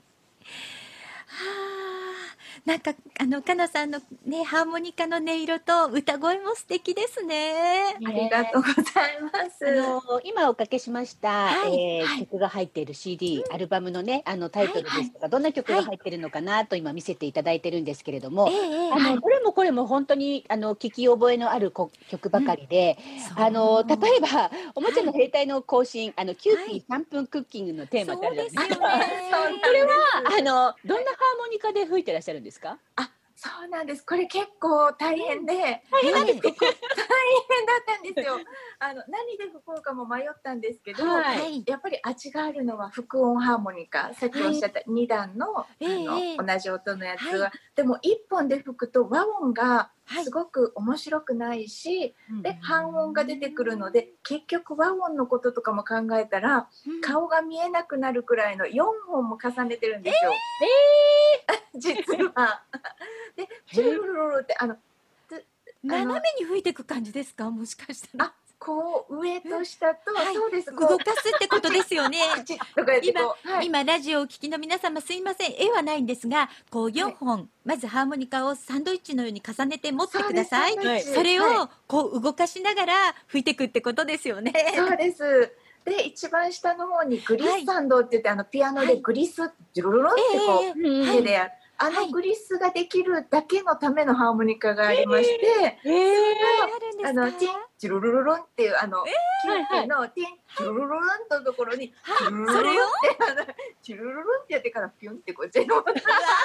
なんかかなさんのねハーモニカの音色と歌声も素敵ですね。 ありがとうございます。 今おかけしました、曲が入っている CD、アルバムのねタイトルですとか、どんな曲が入ってるのかなと今見せていただいてるんですけれども、どれもこれも本当に聞き覚えのある曲ばかりで、例えばおもちゃの兵隊の行進キューピー3分クッキングのテーマってあるじゃないですか。それはどんなハーモニカで吹いてらっしゃるんですか？ あ、そうなんです。これ結構大変で、大変だったんですよ。何で吹こうかも迷ったんですけど、やっぱり味があるのは複音ハーモニカ、さっきおっしゃった2段の、同じ音のやつは、でも1本で吹くと和音がすごく面白くないし、で半音が出てくるので、結局和音のこととかも考えたら、顔が見えなくなるくらいの4本も重ねてるんですよ。実は。で、チュルルルルって斜めに吹いていく感じですか？もしかしたら。 こう上と下と、そうです。 動かすってことですよね。今ラジオをお聞きの皆様、すいません、絵はないんですが、こう4本、まずハーモニカをサンドイッチのように重ねて持ってください。それをこう動かしながら吹いていくってことですよね。 そうです。で一番下の方にグリッサンドって言ってピアノでグリスジュルルルンってこう手でやる。グリスができるだけのためのハーモニカがありまして、それがティンチュルルルルンっていうキューピーのティンチュルルルルンのところにチュルルルルンってチュルルルルンってやってからピュンってこっちの4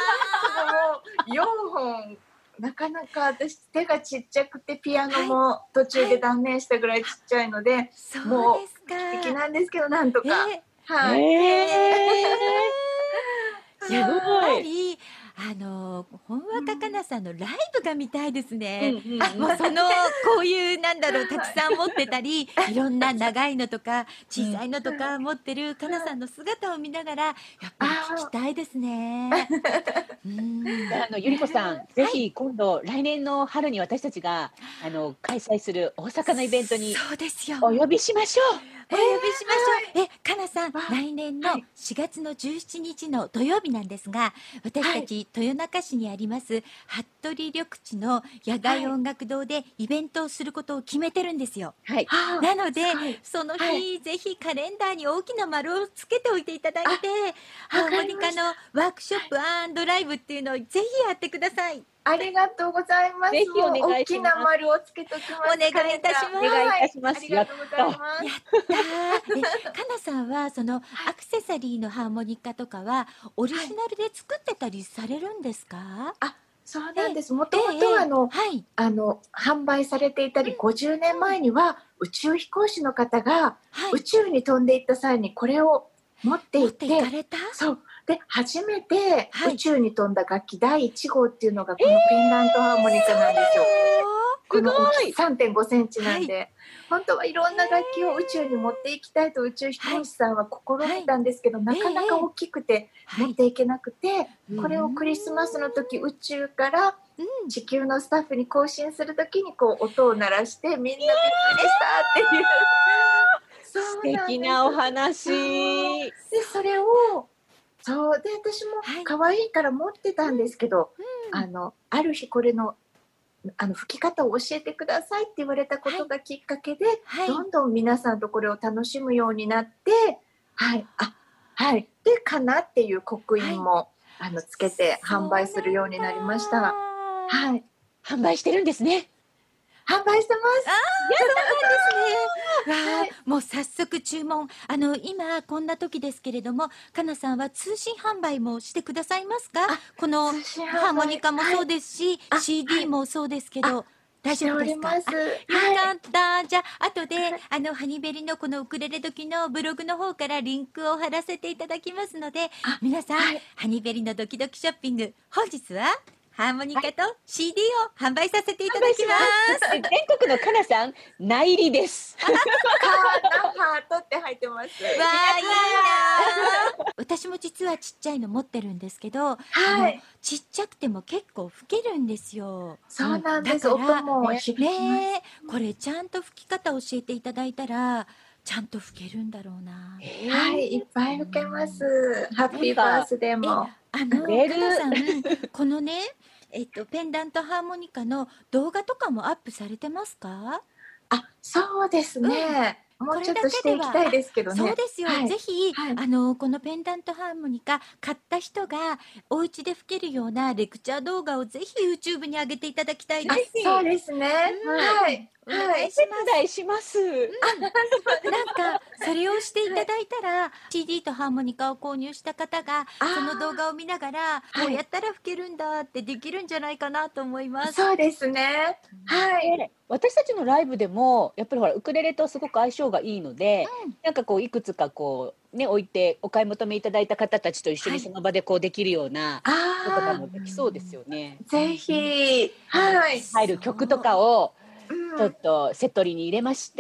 本なかなか私手がちっちゃくてピアノも途中で断念したぐらいちっちゃいので、もう素敵なんですけどなんとか。 やっぱり本若かなさんのライブが見たいですね。もうこういうたくさん持ってたり、いろんな長いのとか小さいのとか持ってるかなさんの姿を見ながらやっぱり聞きたいですね。 ゆりこさん、ぜひ今度来年の春に私たちが開催する大阪のイベントにお呼びしましょう。 お呼びしましょう。かなさん、来年の4月の17日の土曜日なんですが、私たち豊中市にあります服部緑地の野外音楽堂でイベントをすることを決めてるんですよ。 はい。 なので、その日、ぜひカレンダーに大きな丸をつけておいていただいて、ハーモニカのワークショップ&ライブっていうのをぜひやってください。 ありがとうございます。 ぜひお願いします。 大きな丸をつけときます。 お願いいたします。 お願いいたします。 ありがとうございます。 やったー。かなさんはそのアクセサリーのハーモニカとかはオリジナルで作ってたりされるんですか？ そうなんです。もともと販売されていたり、50年前には宇宙飛行士の方が宇宙に飛んでいった際にこれを持っていって、そうで初めて宇宙に飛んだ楽器第1号っていうのがこのペンダントハーモニカなんですよ。この大きさ 3.5 センチなんで、本当はいろんな楽器を宇宙に持っていきたいと宇宙飛行士さんは試みたんですけど、なかなか大きくて持っていけなくて、これをクリスマスの時宇宙から地球のスタッフに更新する時にこう音を鳴らしてみんなびっくりしたっていう素敵なお話で、それをそうで私も可愛いから持ってたんですけど、ある日これの吹き方を教えてくださいって言われたことがきっかけで、どんどん皆さんとこれを楽しむようになって、でかなっていう刻印も、つけて販売するようになりました。 販売してるんですね。 販売してます。 そうなんですね。もう早速注文。今こんな時ですけれども、かなさんは通信販売もしてくださいますか？このハーモニカもそうですし、CD もそうですけど。大丈夫ですか？よかった。じゃあ後でハニベリのこのウクレレ時のブログの方からリンクを貼らせていただきますので、皆さん、ハニベリのドキドキショッピング、本日はハーモニカと CD を販売させていただきます。 全国のかなさん、内入りです。 ハートって入ってます。 わー、いいな。私も実はちっちゃいの持ってるんですけど、ちっちゃくても結構吹けるんですよ。 そうなんです。音も響きます。 これちゃんと吹き方教えていただいたら、ちゃんと吹けるんだろうな。 いっぱい吹けます。ハッピーバースデーも。 かなさん、このね、ペンダントハーモニカの動画とかもアップされてますか？ そうですね。もうちょっとしていきたいですけどね。 そうですよ。ぜひ、このペンダントハーモニカ買った人がお家で吹けるようなレクチャー動画をぜひ YouTube に上げていただきたいです。 そうですね。 お願いします。なんかそれをしていただいたら CD とハーモニカを購入した方がその動画を見ながらこうやったら吹けるんだってできるんじゃないかなと思います。 そうですね。 私たちのライブでもやっぱりほらウクレレとすごく相性がいいので、なんかこういくつかこうね置いてお買い求めいただいた方たちと一緒にその場でこうできるようなこととかもできそうですよね。 ぜひ入る曲とかをちょっとセットリに入れまして、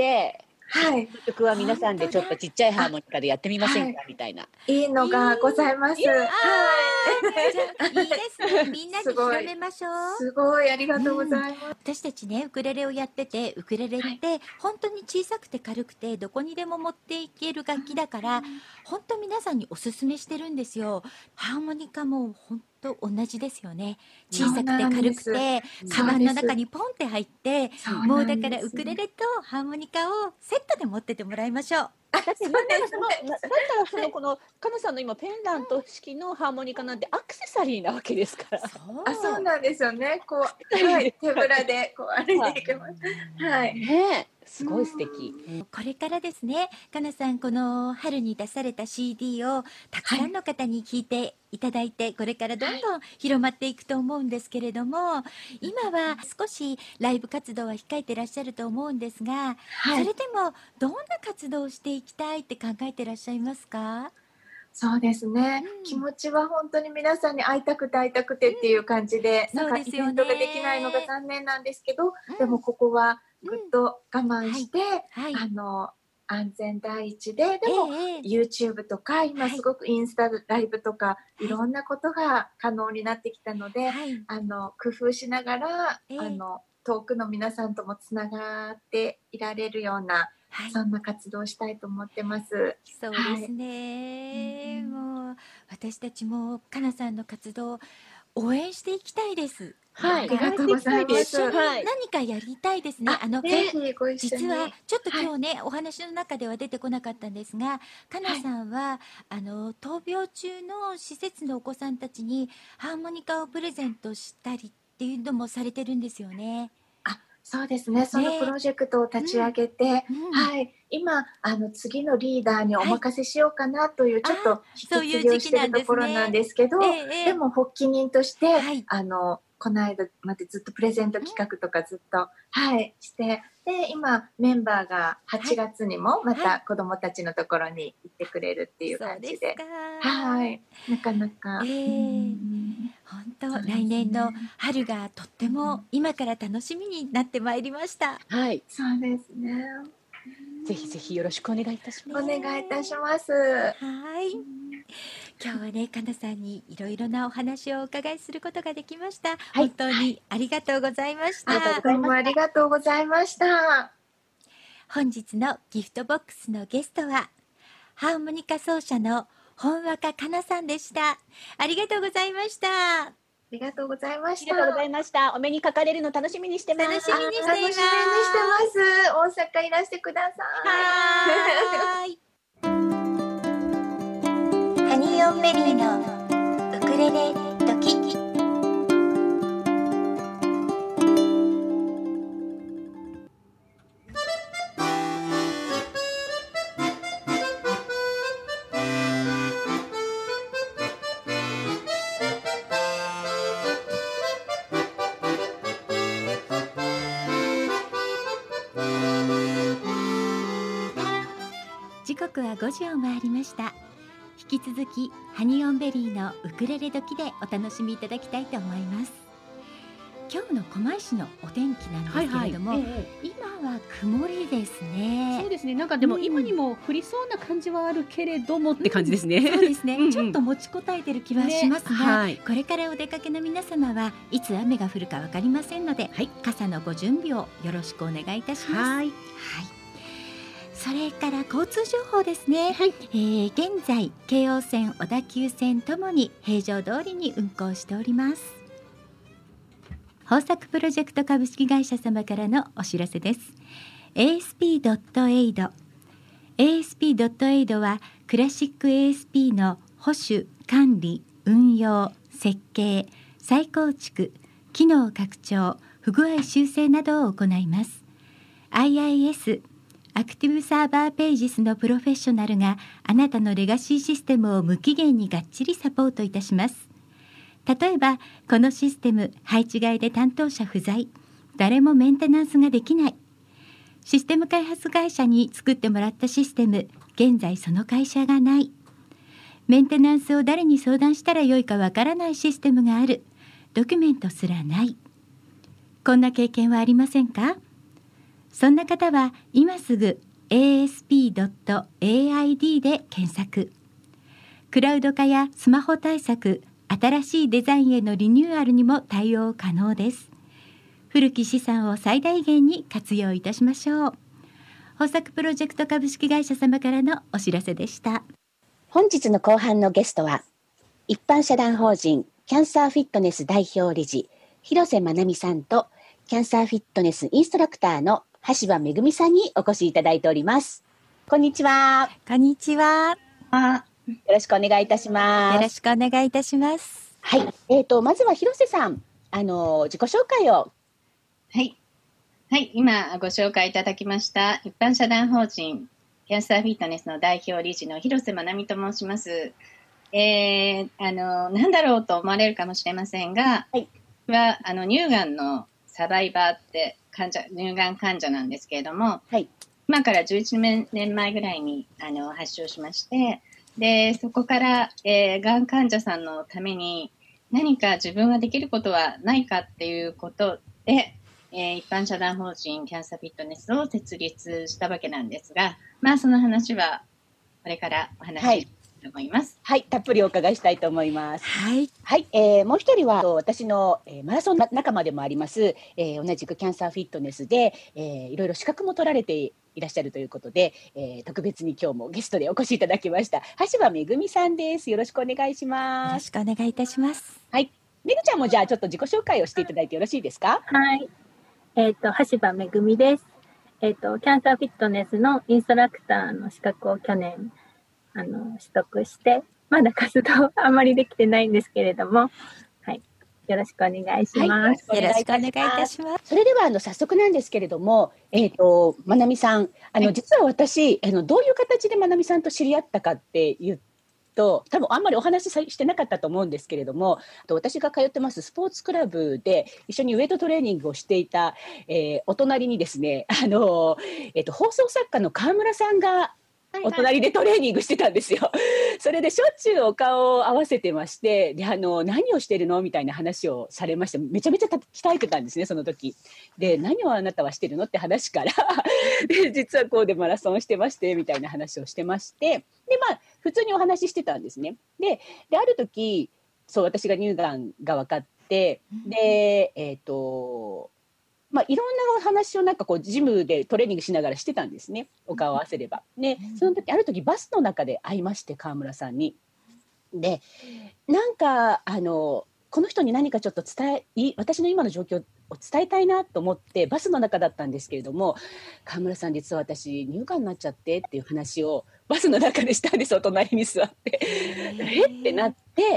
曲は皆さんでちょっとちっちゃいハーモニカでやってみませんかみたいな。 いいのがございます。 じゃあいいですね。みんなに広めましょう。 すごいありがとうございます。 私たちねウクレレをやってて、ウクレレって本当に小さくて軽くてどこにでも持っていける楽器だから、本当皆さんにおすすめしてるんですよ。ハーモニカも本当同じですよね。小さくて軽くてカバンの中にポンって入って、もうだからウクレレとハーモニカをセットで持っててもらいましょう。 だったらこのかなさんの今ペンダント式のハーモニカなんてアクセサリーなわけですから。 そうなんですよね。こう手ぶらでこう歩いていけます。 すごい素敵。 これからですね、かなさんこの春に出された CD をたくさんの方に聴いていただいて、これからどんどん広まっていくと思うんですけれども、今は少しライブ活動は控えてらっしゃると思うんですが、それでもどんな活動をしていきたいって考えてらっしゃいますか？ そうですね、気持ちは本当に皆さんに会いたくてっていう感じで、なんかイベントができないのが残念なんですけど、でもここはぐっと我慢して、安全第一で、でも YouTube とか今すごくインスタライブとかいろんなことが可能になってきたので、工夫しながら遠くの皆さんともつながっていられるようなそんな活動をしたいと思ってます。 そうですね、もう私たちもかなさんの活動を応援していきたいです。 ありがとうございます。 一緒に何かやりたいですね。 ぜひご一緒に。 実はちょっと今日ね、お話の中では出てこなかったんですが、かなさんは、闘病中の施設のお子さんたちにハーモニカをプレゼントしたりっていうのもされてるんですよね。 そうですね。そのプロジェクトを立ち上げて、今次のリーダーにお任せしようかなという、ちょっと引き継ぎをしているところなんですけど、でも発起人として、この間までずっとプレゼント企画とかずっと、して、で、今メンバーが8月にもまた子どもたちのところに行ってくれるっていう感じで、なかなか。 本当、来年の春がとっても今から楽しみになってまいりました。 そうですね。 ぜひぜひよろしくお願いいたします。 お願いいたします。 今日はね、かなさんにいろいろなお話をお伺いすることができました。本当にありがとうございました。 どうもありがとうございました。 本日のギフトボックスのゲストはハーモニカ奏者の本若かなさんでした。ありがとうございました。 ありがとうございました。 ありがとうございました。お目にかかれるの楽しみにしてます。 楽しみにしています。 大阪いらしてください。 ハニーオンベリーのウクレレドキ。時刻は5時を回りました。引き続きハニーオンベリーのウクレレ時でお楽しみいただきたいと思います。今日の狛江市のお天気なんですけれども、今は曇りですね。 そうですね。なんかでも今にも降りそうな感じはあるけれどもって感じですね。 そうですね。ちょっと持ちこたえてる気はしますが、これからお出かけの皆様はいつ雨が降るかわかりませんので、傘のご準備をよろしくお願いいたします。それから交通情報ですね。現在京王線、小田急線ともに平常通りに運行しております。豊作プロジェクト株式会社様からのお知らせです。 ASP.AID はクラシック ASP の保守、管理、運用、設計、再構築、機能拡張、不具合修正などを行います。 IISアクティブサーバーページスのプロフェッショナルがあなたのレガシーシステムを無期限にがっちりサポートいたします。例えばこのシステム配置外で担当者不在、誰もメンテナンスができない、システム開発会社に作ってもらったシステム、現在その会社がない、メンテナンスを誰に相談したらよいかわからないシステムがある、ドキュメントすらない、こんな経験はありませんか？そんな方は今すぐ asp.aid で検索。クラウド化やスマホ対策、新しいデザインへのリニューアルにも対応可能です。古き資産を最大限に活用いたしましょう。豊作プロジェクト株式会社様からのお知らせでした。 本日の後半のゲストは一般社団法人キャンサーフィットネス代表理事広瀬まなみさんとキャンサーフィットネスインストラクターの橋場めぐみさんにお越しいただいております。こんにちは。 こんにちは。 よろしくお願いいたします。 よろしくお願いいたします。 はい。まずは広瀬さん、自己紹介を。 はい。今ご紹介いただきました一般社団法人キャンサーフィットネスの代表理事の広瀬まなみと申します。なんだろうと思われるかもしれませんが、乳がんのサバイバーって乳がん患者なんですけれども、今から11年前ぐらいに発症しまして、でそこから、がん患者さんのために何か自分ができることはないかっていうことで、一般社団法人キャンサーフィットネスを設立したわけなんですが、その話はこれからお話しと思います。 はい、たっぷりお伺いしたいと思います。 はい。 はい、もう一人は私の、マラソン仲間でもあります、同じくキャンサーフィットネスで、いろいろ資格も取られていらっしゃるということで、特別に今日もゲストでお越しいただきました橋場めぐみさんです。よろしくお願いします。 よろしくお願いいたします。 はい、めぐちゃんもじゃあちょっと自己紹介をしていただいてよろしいですか？ はい、橋場めぐみです。キャンサーフィットネスのインストラクターの資格を去年取得して、まだ活動あまりできてないんですけれども、はい、よろしくお願いします。 よろしくお願いいたします。 それでは早速なんですけれども、まなみさん、実は私どういう形でまなみさんと知り合ったかっていうと、多分あんまりお話ししてなかったと思うんですけれども、私が通ってますスポーツクラブで一緒にウェイトトレーニングをしていた、お隣にですね、放送作家の川村さんがお隣でトレーニングしてたんですよ。それでしょっちゅうお顔を合わせてまして、で何をしてるのみたいな話をされまして、めちゃめちゃ鍛えてたんですね、その時で。何をあなたはしてるのって話からで実はこうでマラソンしてましてみたいな話をしてまして、で普通にお話ししてたんですね。である時、そう、私が乳がんが分かって、でいろんなお話をなんかこうジムでトレーニングしながらしてたんですね、お顔を合わせれば。でその時、ある時バスの中で会いまして、川村さんに。でなんかこの人に何かちょっと私の今の状況を伝えたいなと思って、バスの中だったんですけれども、川村さん実は私乳がんになっちゃってっていう話をバスの中でしたんです。お隣に座ってってなって、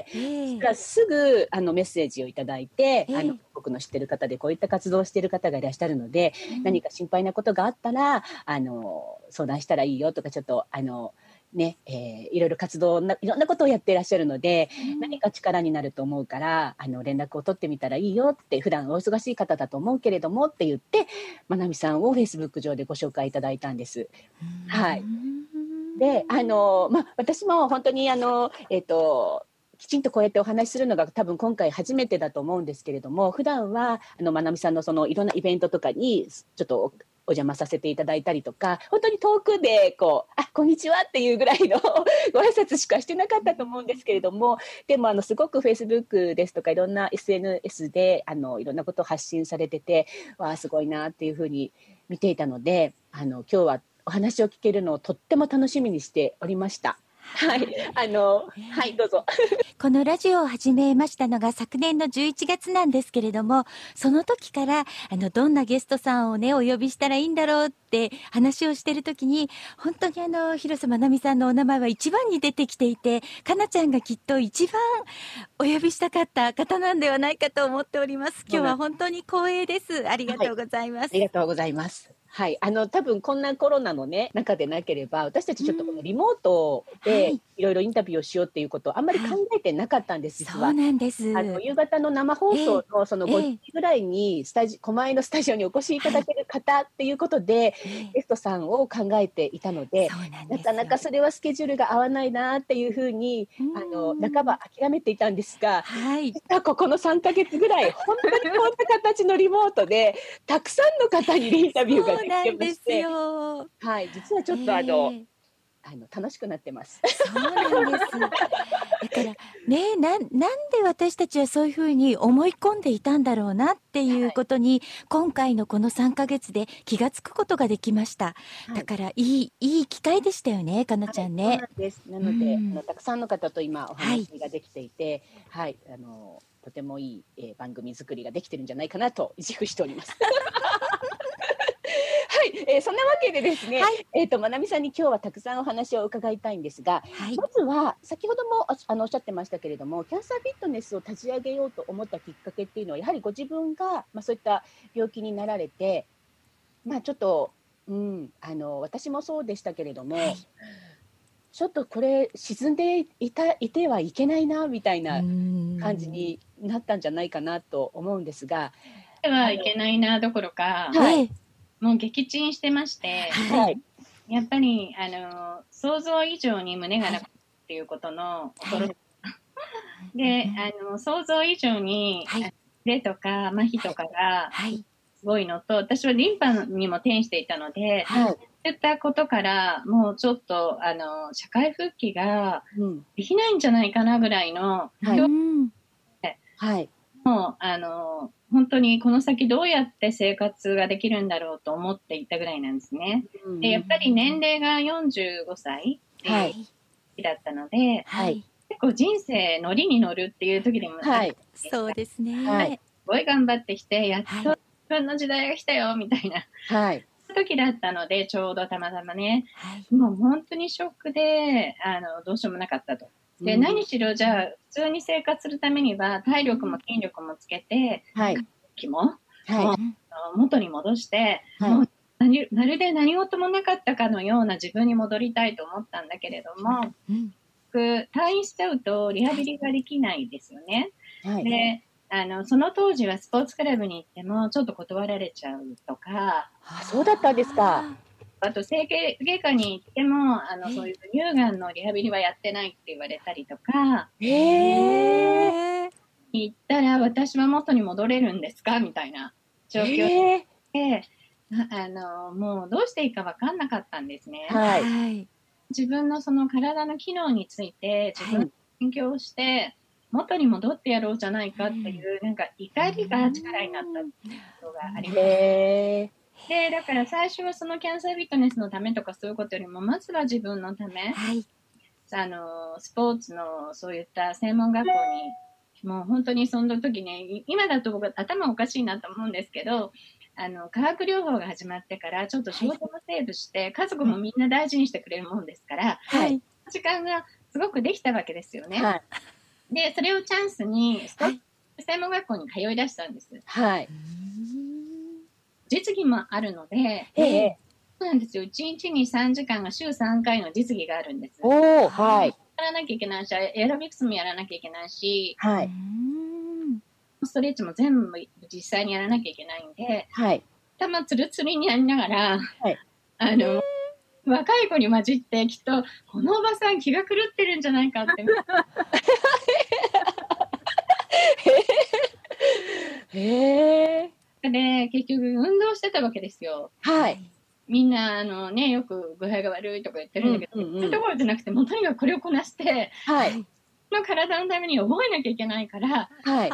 そしたらすぐメッセージをいただいて、僕の知ってる方でこういった活動をしている方がいらっしゃるので、何か心配なことがあったら相談したらいいよとか、ちょっといろいろ活動いろんなことをやっていらっしゃるので、何か力になると思うから連絡を取ってみたらいいよって、普段お忙しい方だと思うけれどもって言って、まなみさんをフェイスブック上でご紹介いただいたんです。はい。で私も本当にきちんとこうやってお話しするのが多分今回初めてだと思うんですけれども、普段はまなみさんのそのいろんなイベントとかにちょっとお邪魔させていただいたりとか、本当に遠くでこんにちはっていうぐらいのご挨拶しかしてなかったと思うんですけれども、でもすごくフェイスブックですとかいろんな SNS でいろんなことを発信されてて、すごいなっていうふうに見ていたので、今日はお話を聞けるのをとっても楽しみにしておりました。はい、はい、どうぞ。 このラジオを始めましたのが昨年の11月なんですけれども、その時からどんなゲストさんをねお呼びしたらいいんだろうって話をしている時に、本当に広瀬まなみさんのお名前は一番に出てきていて、かなちゃんがきっと一番お呼びしたかった方なんではないかと思っております。今日は本当に光栄です。ありがとうございます。 ありがとうございます。はい、多分こんなコロナの中でなければ、私たちちょっとこのリモートでいろいろインタビューをしようっていうことをあんまり考えてなかったんです、実は。 そうなんです。 夕方の生放送のその5時ぐらいに狛江のスタジオにお越しいただける方っていうことで、ゲストさんを考えていたので、なかなかそれはスケジュールが合わないなっていうふうに半ば諦めていたんですが、実はこの3ヶ月ぐらい本当にこんな形のリモートでたくさんの方にインタビューがそうなんですよ。 はい、実はちょっと楽しくなってます。 そうなんです。だからね、なんで私たちはそういうふうに思い込んでいたんだろうなっていうことに、今回のこの3ヶ月で気がつくことができました。だからいい機会でしたよね、かなちゃんね。 そうなんです。なので、たくさんの方と今お話ができていて、はい、とてもいい、番組作りができてるんじゃないかなと自負しております。はい、そんなわけでですね、まなみさんに今日はたくさんお話を伺いたいんですが、まずは先ほどもおっしゃってましたけれども、キャンサーフィットネスを立ち上げようと思ったきっかけっていうのは、やはりご自分が、そういった病気になられて、ちょっと、私もそうでしたけれども、ちょっとこれ沈んでいてはいけないなみたいな感じになったんじゃないかなと思うんですが、 いけないなどころか、もう撃沈してまして、やっぱり想像以上に胸がなくっていうことの驚き、で想像以上に霊とか麻痺とかがすごいのと、私はリンパにも転移していたので、 いったことからもうちょっと社会復帰ができないんじゃないかなぐらいの、 はい、 もう本当にこの先どうやって生活ができるんだろうと思っていたぐらいなんですね。でやっぱり年齢が45歳だったので、結構人生乗りに乗るっていう時でもある、 そうですね、 すごい頑張ってきてやっと自分の時代が来たよみたいな、時だったのでちょうどたまたまね、もう本当にショックでどうしようもなかったと。で何しろじゃあ普通に生活するためには体力も筋力もつけて、気も、元に戻して、もうまるで何事もなかったかのような自分に戻りたいと思ったんだけれども、退院しちゃうとリハビリができないですよね。でその当時はスポーツクラブに行ってもちょっと断られちゃうとか。 そうだったんですか。 あと整形外科に行ってもそういう乳がんのリハビリはやってないって言われたりとか、行ったら私は元に戻れるんですかみたいな状況で、もうどうしていいか分かんなかったんですね。自分のその体の機能について自分で勉強して元に戻ってやろうじゃないかっていうなんか怒りが力になったことがあります。でだから最初はそのキャンサーフィットネスのためとかそういうことよりもまずは自分のため、スポーツのそういった専門学校にもう本当にその時ね、今だと僕頭おかしいなと思うんですけど化学療法が始まってからちょっと仕事もセーブして、家族もみんな大事にしてくれるもんですから、時間がすごくできたわけですよね。でそれをチャンスに専門学校に通い出したんです。実技もあるので、そうなんですよ。1日に3時間が週3回の実技があるんです。やらなきゃいけないし、エアロビクスもやらなきゃいけないし、ストレッチも全部実際にやらなきゃいけないんで、頭つるつるになりながら、若い子に混じってきっとこのおばさん気が狂ってるんじゃないかってで結局運動してたわけですよ。みんなよく具合が悪いとか言ってるんだけど、そういうところじゃなくてもうとにかくこれをこなして、体のために覚えなきゃいけないから、結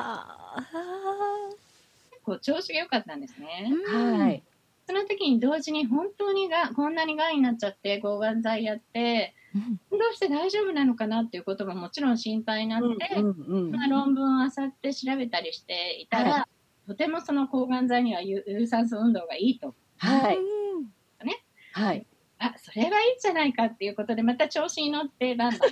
構調子が良かったんですね。その時に同時に本当にこんなにがんになっちゃって抗がん剤やってどうして大丈夫なのかなっていうことがもちろん心配になって、論文を漁って調べたりしていたら、とてもその抗がん剤には有酸素運動がいいと。それはいいんじゃないかっていうことでまた調子に乗ってバンバン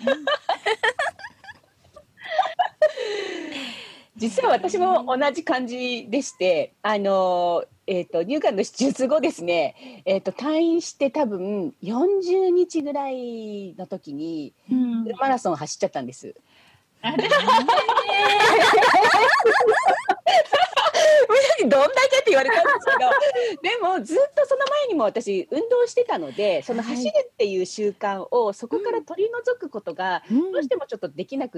実は私も同じ感じでして乳がんの手術後ですね、退院して多分40日ぐらいの時にマラソンを走っちゃったんです。どんだけって言われたんですけどでもずっとその前にも私運動してたのでその走るっていう習慣をそこから取り除くことがどうしてもちょっとできなくって、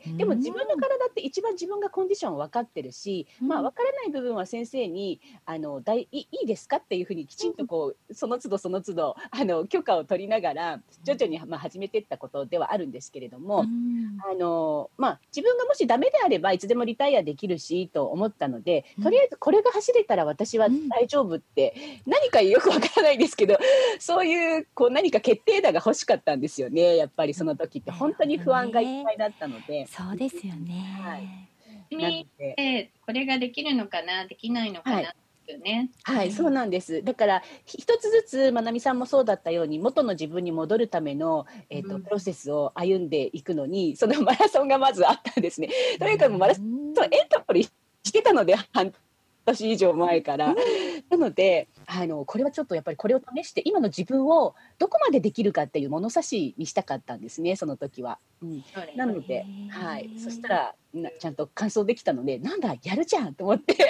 でも自分の体って一番自分がコンディション分かってるし、分からない部分は先生にいいですかっていうふうにきちんとその都度その都度許可を取りながら徐々に始めていったことではあるんですけれども、自分がもしダメであればいつでもリタイアできるしと思ったので、とりあえずこれが走れたら私は大丈夫って、何かよくわからないですけどそういう何か決定打が欲しかったんですよね。やっぱりその時って本当に不安がいっぱいだったので。 そうですよね。 これができるのかなできないのかな、 そうなんです。だから一つずつまなみさんもそうだったように元の自分に戻るための、プロセスを歩んでいくのにそのマラソンがまずあったんですね。とにかくマラソンエントリーしてたので半年以上前から、なのでこれはちょっとやっぱりこれを試して今の自分をどこまでできるかっていう物差しにしたかったんですね、その時は。なので、そしたらちゃんと完走できたのでなんだやるじゃんと思って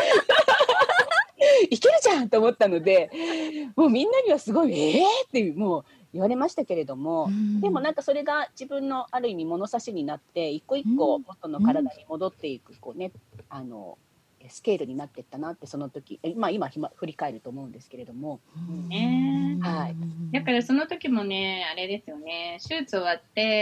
いけるじゃんと思ったので、もうみんなにはすごいってもう言われましたけれども、でもなんかそれが自分のある意味物差しになって一個一個元の体に戻っていくスケールになっていったなってその時、今振り返ると思うんですけれども、 はい、だからその時もねあれですよね、手術終わって、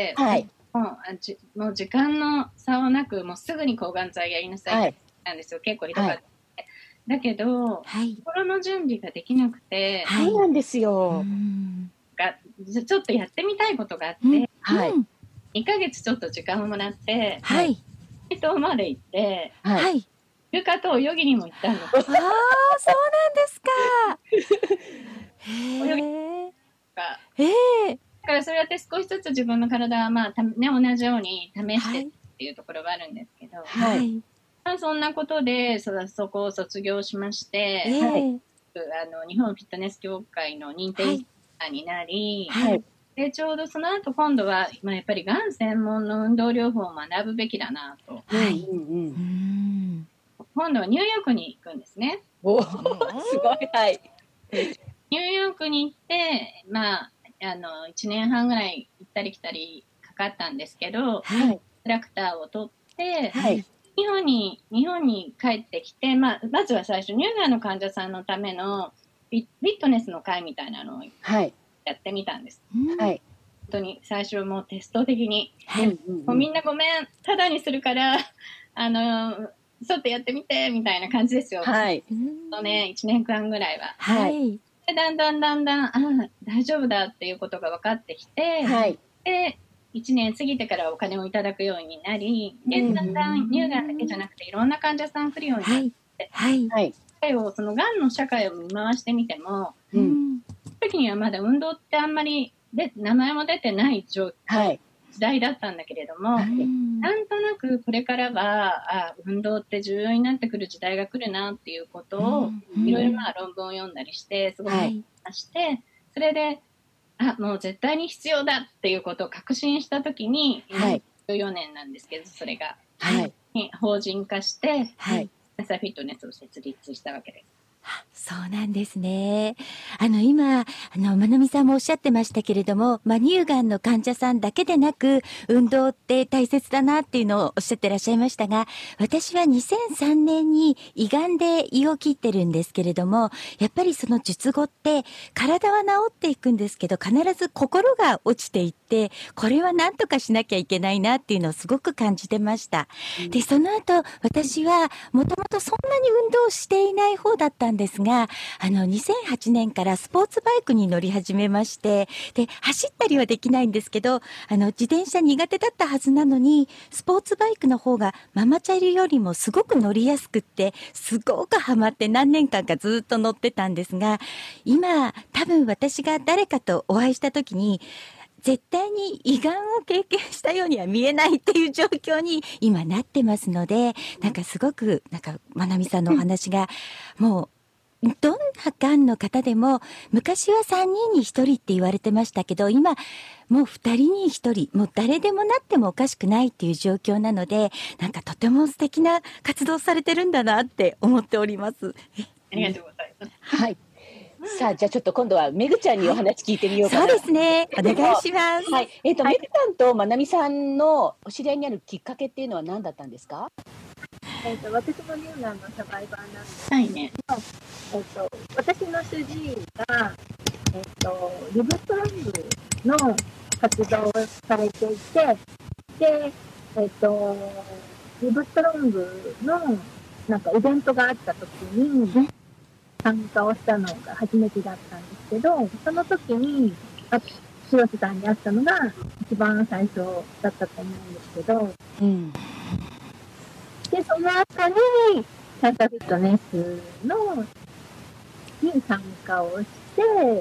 はい、もう時間の差はなくもうすぐに抗がん剤やりなさいって言ったんですよ、結構ひどかった、だけど、心の準備ができなくて、 そうなんですよ、 ちょっとやってみたいことがあって、2ヶ月ちょっと時間をもらって、伊東まで行って、イルカと泳ぎにも行ったんです。 ああ、そうなんですか。泳ぎだからそうやって少しずつ自分の体は同じように試してっていうところはあるんですけど、そんなことでそこを卒業しまして、日本フィットネス協会の認定員になり、でちょうどその後今度は、やっぱりがん専門の運動療法を学ぶべきだなと、今度はニューヨークに行くんですね。 すごい、 ニューヨークに行って、1年半ぐらい行ったり来たりかかったんですけど、インストラクターを取って、日本に帰ってきて、まずは最初乳がんの患者さんのためのフィットネスの会みたいなのをやってみたんです。本当に最初もうテスト的に、もうみんなごめんただにするからちょっとやってみてみたいな感じですよ。1年間ぐらいは。でだんだん大丈夫だっていうことが分かってきて、で1年過ぎてからお金をいただくようになり、でだんだん乳がんだけじゃなくていろんな患者さん来るようになって、そのがんの社会を見回してみても、その時にはまだ運動ってあんまり名前も出てない時代だったんだけれども、なんとなくこれからは運動って重要になってくる時代が来るなっていうことをいろいろ論文を読んだりしてすごくして、それでもう絶対に必要だっていうことを確信したときに、14年なんですけど、それが、法人化して、キャンサーフィットネスを設立したわけです。 そうなんですね。今、まなみさんもおっしゃってましたけれども、乳がんの患者さんだけでなく、運動って大切だなっていうのをおっしゃってらっしゃいましたが、私は2003年に胃がんで胃を切ってるんですけれども、やっぱりその術後って、体は治っていくんですけど、必ず心が落ちていって、これは何とかしなきゃいけないなっていうのをすごく感じてました。で、その後、私はもともとそんなに運動していない方だったんですが、2008年からスポーツバイクに乗り始めまして、で、走ったりはできないんですけど、自転車苦手だったはずなのに、スポーツバイクの方がママチャリよりもすごく乗りやすくって、すごくハマって何年間かずっと乗ってたんですが、今、多分私が誰かとお会いした時に、絶対に胃がんを経験したようには見えないっていう状況に今なってますので、なんかすごく、まなみさんのお話が、もう、どんながんの方でも、昔は3人に1人って言われてましたけど、今、もう2人に1人、もう誰でもなってもおかしくないっていう状況なので、なんかとても素敵な活動されてるんだなって思っております。 ありがとうございます。 さあ、じゃあちょっと今度はめぐちゃんにお話聞いてみようかな。 そうですね。お願いします。 めぐちゃんとまなみさんのお知り合いになるきっかけっていうのは何だったんですか？ 私も乳がんのサバイバーなんですけど、私の主治医が、リブストロングの活動をされていて、で、リブストロングのなんかイベントがあった時に参加をしたのが初めてだったんですけど、その時に広瀬さんに会ったのが一番最初だったと思うんですけど、で、その後に、キャンサーフィットネスに参加をして、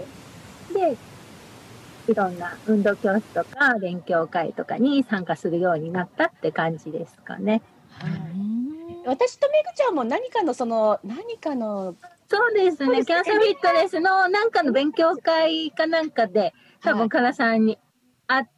で、いろんな運動教室とか勉強会とかに参加するようになったって感じですかね。 私とめぐちゃんも何かのそうですね、キャンサーフィットネスのなんかの勉強会かなんかで、多分、かなさんに会って、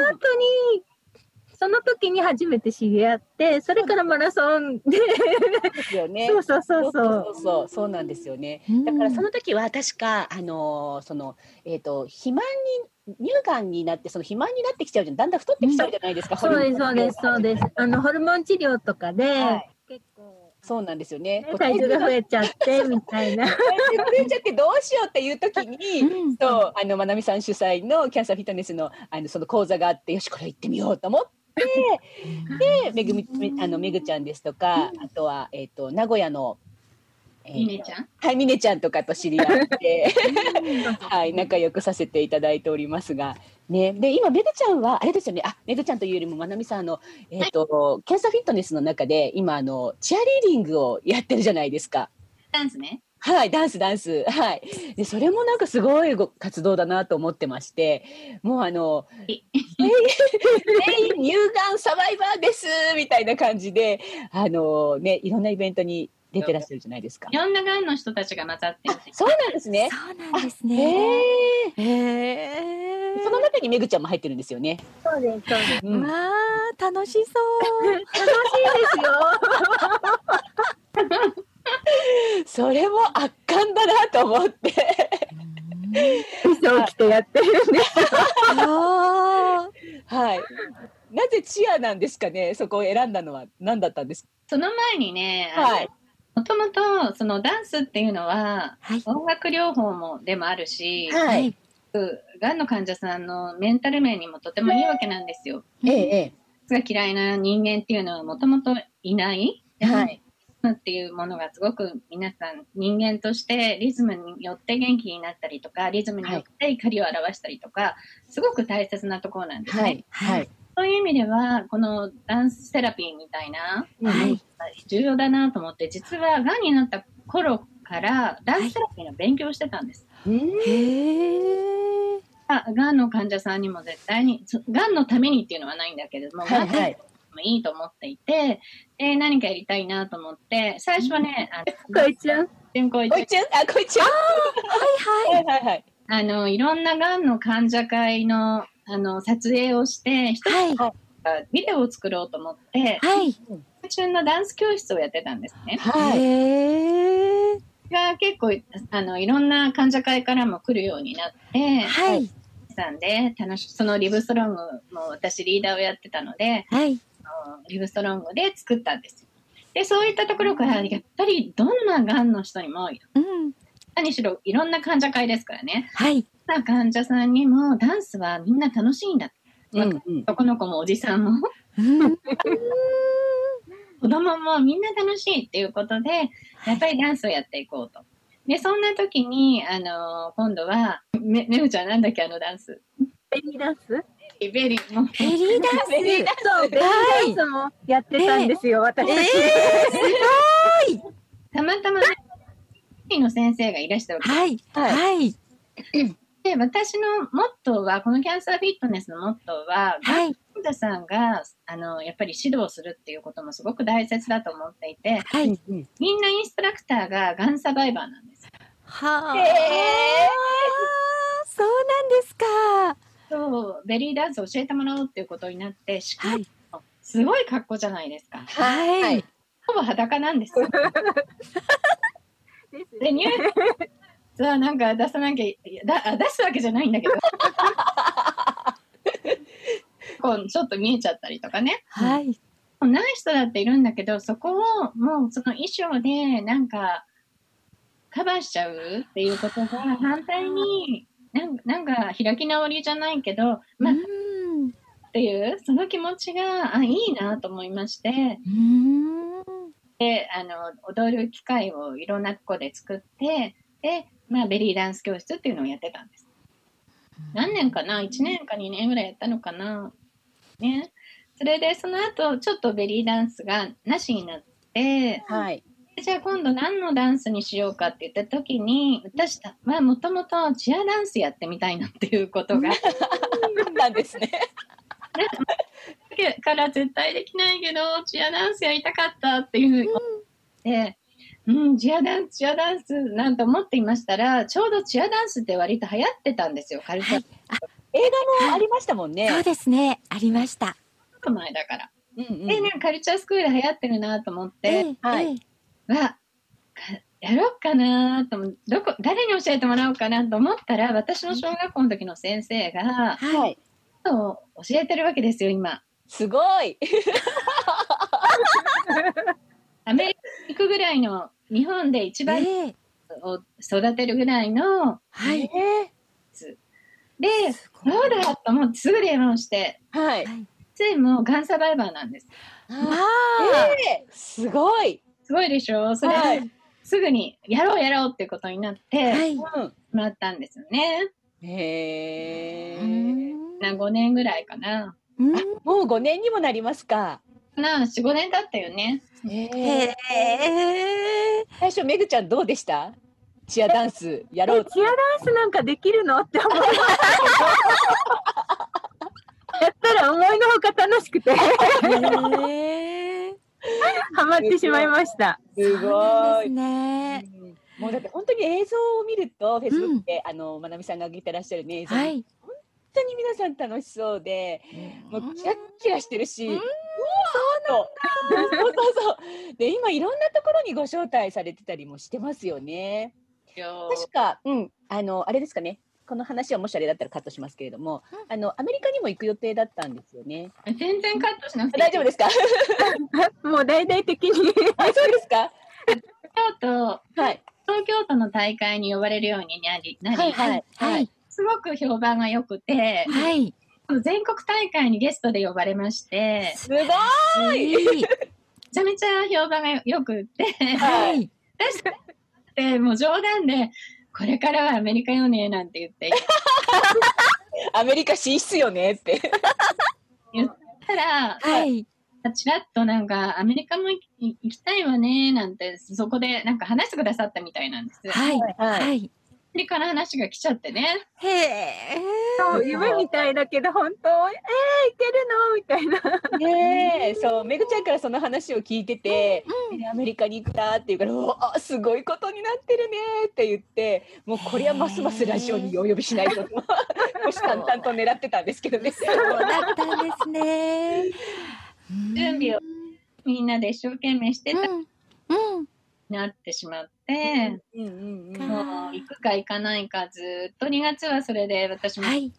その時に初めて知り合って、それからマラソンで。 ですよね。そうなんですよね。だからその時は確か、肥満に、乳がんになって、肥満になってきちゃうじゃん。だんだん太ってきちゃうじゃないですか。 そうです。ホルモン治療とかで、結構、 そうなんですよね。 体重が増えちゃってみたいな。増えちゃってどうしようっていう時に、そうまなみさん主催のキャンサーフィットネスのその講座があって、よしこれ行ってみようと思って、でめぐちゃんですとか、あとは名古屋のみねちゃん、 はい、みねちゃんとかと知り合ってはい、仲良くさせていただいておりますがね。で今めぐちゃんはあれですよね。めぐちゃんというよりもまなみさんキャンサーフィットネスの中で今チアリーディングをやってるじゃないですか。 ダンスね。 はい、ダンス、はい。でそれもなんかすごい活動だなと思ってまして、もう全員乳がんサバイバーですみたいな感じでね、いろんなイベントに出てらっしゃるじゃないですか。 いろんながんの人たちが混ざってる。 そうなんですね。 そうなんですね。 その中にめぐちゃんも入ってるんですよね。 そうです、そうです。 まあ楽しそう。 楽しいですよ。 それも圧巻だなと思って。 衣装着てやってるんですよ。 はい。なぜチアなんですかね。そこを選んだのは何だったんですか。 その前にね、もともとそのダンスっていうのは、音楽療法もでもあるし、がんの患者さんのメンタル面にもとてもいいわけなんですよ。が嫌いな人間っていうのはもともといない。っていうものがすごく皆さん人間としてリズムによって元気になったりとか、リズムによって怒りを表したりとか、すごく大切なところなんですね。そういう意味ではこのダンスセラピーみたいな、重要だなと思って、実はがんになった頃からダンスセラピーの勉強をしてたんです。がんの患者さんにも絶対に、がんのためにっていうのはないんだけれども、いいと思っていて、何かやりたいなと思って、最初はね、 こいちゃん、 いろんながんの患者会の撮影をして、ビデオを作ろうと思って、中のダンス教室をやってたんですね。が結構いろんな患者会からも来るようになって、でそのリブストロングも私リーダーをやってたので、リブストロングで作ったんですよ。でそういったところからやっぱりどんながんの人にも、何しろいろんな患者会ですからね、患者さんにもダンスはみんな楽しいんだ、男の子もおじさんも子供もみんな楽しいっていうことでやっぱりダンスをやっていこうと。でそんな時に今度はめぐちゃんなんだっけダンス、 ベリーダンス、 ベリーダンスもやってたんですよ、私たち。 すごい。 たまたまの先生がいらしたわけです。で私のモットーは、このキャンサーフィットネスのモットーは、患者さんがやっぱり指導するっていうこともすごく大切だと思っていて、みんなインストラクターががんサバイバーなんです。 そうなんですか。 そうベリーダンスを教えてもらおうっていうことになって、しかもすごい格好じゃないですか。ほぼ裸なんですよ。でニューさあなんか出さなきゃ出すわけじゃないんだけどこうちょっと見えちゃったりとかね、ない人だっているんだけど、そこをもうその衣装でなんかカバーしちゃうっていうことが、反対になんか開き直りじゃないけど、っていうその気持ちがいいなと思いまして、で踊る機会をいろんなとこで作って、でベリーダンス教室っていうのをやってたんです。何年かな、1年か2年ぐらいやったのかな、ね。それでその後ちょっとベリーダンスがなしになって、じゃあ今度何のダンスにしようかって言った時に、私はもともとチアダンスやってみたいなっていうことがなんですね。 から絶対できないけどチアダンスやりたかったっていうふうに思って、チアダンスなんて思っていましたら、ちょうどチアダンスって割と流行ってたんですよ、カルチャー。 映画もありましたもんね。 そうですね、ありました。 前だから。でカルチャースクール流行ってるなと思って、やろうかなと、誰に教えてもらおうかなと思ったら、私の小学校の時の先生が、教えてるわけですよ、今。 すごい。 アメリ行くぐらいの、日本で一番を育てるぐらいの、で、そうだと思ってすぐ電話をして、ついもうがんサバイバーなんです。 すごい。 すごいでしょ。それで、すぐにやろうっていうことになって、もらったんですよね。5年ぐらいかな。 もう5年にもなりますか。 4、5年経ったよね。 最初めぐちゃんどうでした？チアダンスやろう。 チアダンスなんかできるのって思いました。やったら思いのほか楽しくてハマってしまいました。 すごいね。もうだって本当に映像を見ると、フェイスブックでまなみさんが上げてらっしゃるね、映像、本当に皆さん楽しそうで、もうキラッキラしてるし、そうで今いろんなところにご招待されてたりもしてますよね。確か、あれですかね。この話はもしあれだったらカットしますけれども、アメリカにも行く予定だったんですよね。 全然カットしなくて大丈夫ですか？ もう大々的に。 そうですか？ 東京都の大会に呼ばれるようになり、すごく評判が良くて、全国大会にゲストで呼ばれまして、 すごい。 めちゃめちゃ評判が良くって、でもう冗談で、これからはアメリカよねなんて言って、 アメリカ進出よねって言ったら、ちらっとなんかアメリカも行きたいわねなんてそこでなんか話してくださったみたいなんです。アメリカの話が来ちゃってね。 そう、夢みたいだけど本当いけるのみたいな。 そう、めぐちゃんからその話を聞いてて、アメリカに行ったっていうから、すごいことになってるねって言って、もうこれはますますラジオにお呼びしないと虎視眈々と狙ってたんですけどね。 そうだったんですね。 準備をみんなで一生懸命してた。なってしまって、もう行くか行かないかずっと2月はそれで私もして、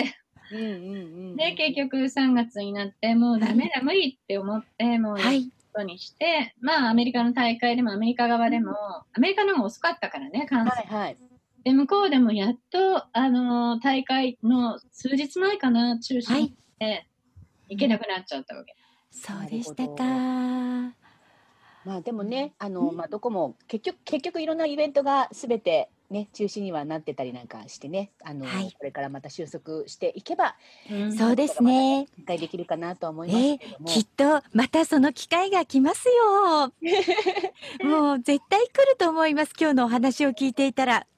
で結局3月になってもうダメだ無理って思ってもう行くことにして、まあアメリカの大会でもアメリカ側でも、アメリカの方が遅かったからね観戦、で向こうでもやっと大会の数日前かな中止して行けなくなっちゃったわけ。 そうでしたか。 まあでもね、どこも結局いろんなイベントがすべてね中止にはなってたりなんかしてね、これからまた収束していけば、 そうですね。 一回できるかなと思いますけども、 きっとまたその機会が来ますよ。もう絶対来ると思います。今日のお話を聞いていたら。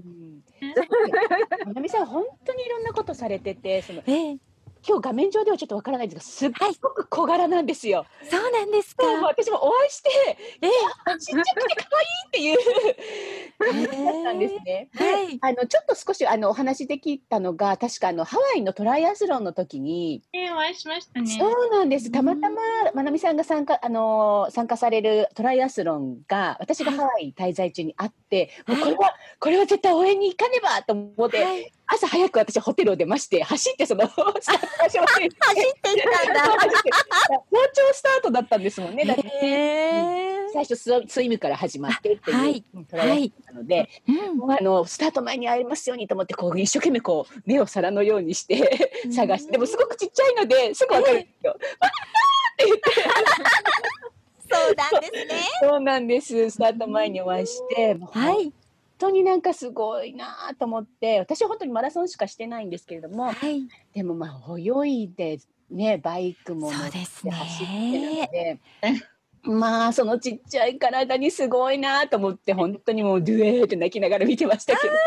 まなみさん本当にいろんなことされてて、今日画面上ではちょっとわからないんですが、すっごく小柄なんですよ。 そうなんですか。 私もお会いして、ちっちゃくて可愛いっていう感じだったんですね。ちょっと少しお話できたのが、確かハワイのトライアスロンの時に、 お会いしましたね。 そうなんです。たまたままなみさんが参加されるトライアスロンが私がハワイ滞在中にあって、もうこれは絶対応援に行かねばと思って。朝早く私ホテルを出まして走ってその走っていったんだ。 早朝スタートだったんですもんね。だって最初スイムから始まってっていうトライアスロンなので、スタート前に会えますようにと思って一生懸命目を皿のようにして探して、でもすごくちっちゃいのですぐ分かるんですよ。って言って。 そうなんですね。 そうなんです。スタート前にお会いして、本当になんかすごいなと思って、私は本当にマラソンしかしてないんですけれども、でも泳いでねバイクも乗って走ってるので、そのちっちゃい体にすごいなと思って、本当にもうドゥエーって泣きながら見てましたけど、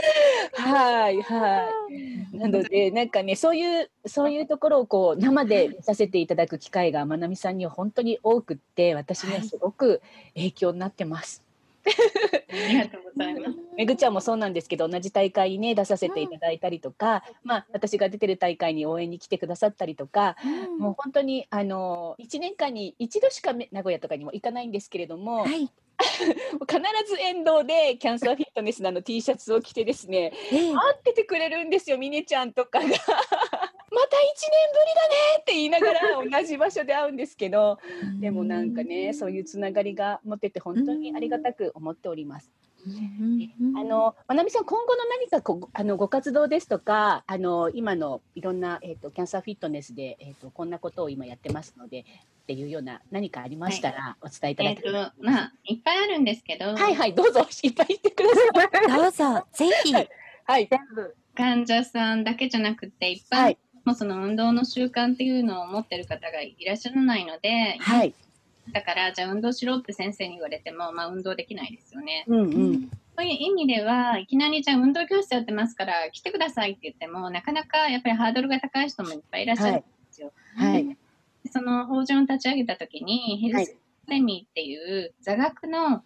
なのでなんかねそういうところを生で見させていただく機会がまなみさんには本当に多くって、私にはすごく影響になってます。 ありがとうございます。 めぐちゃんもそうなんですけど、同じ大会にね出させていただいたりとか、私が出てる大会に応援に来てくださったりとか、もう本当に1年間に一度しか名古屋とかにも行かないんですけれども、必ず沿道でキャンサーフィットネスのTシャツを着てですね、待っててくれるんですよ、ミネちゃんとかが。 また1年ぶりだねって言いながら同じ場所で会うんですけど、でもなんかね、そういうつながりが持ってて本当にありがたく思っております。まなみさん、今後の何かご活動ですとか、今のいろんな、キャンサーフィットネスで、こんなことを今やってますのでっていうような何かありましたらお伝えいただければ、 いっぱいあるんですけど、 はいはい、どうぞいっぱい言ってください。 どうぞぜひ、 はい、 全部患者さんだけじゃなくて一般もその運動の習慣っていうのを持ってる方がいらっしゃらないので、 はい、 だからじゃあ運動しろって先生に言われても、運動できないですよね。 うんうん、 そういう意味ではいきなりじゃあ運動教室やってますから来てくださいって言ってもなかなかやっぱりハードルが高い人もいっぱいいらっしゃるんですよ。 はい、 その法人を立ち上げた時にヘルスアカデミーっていう座学の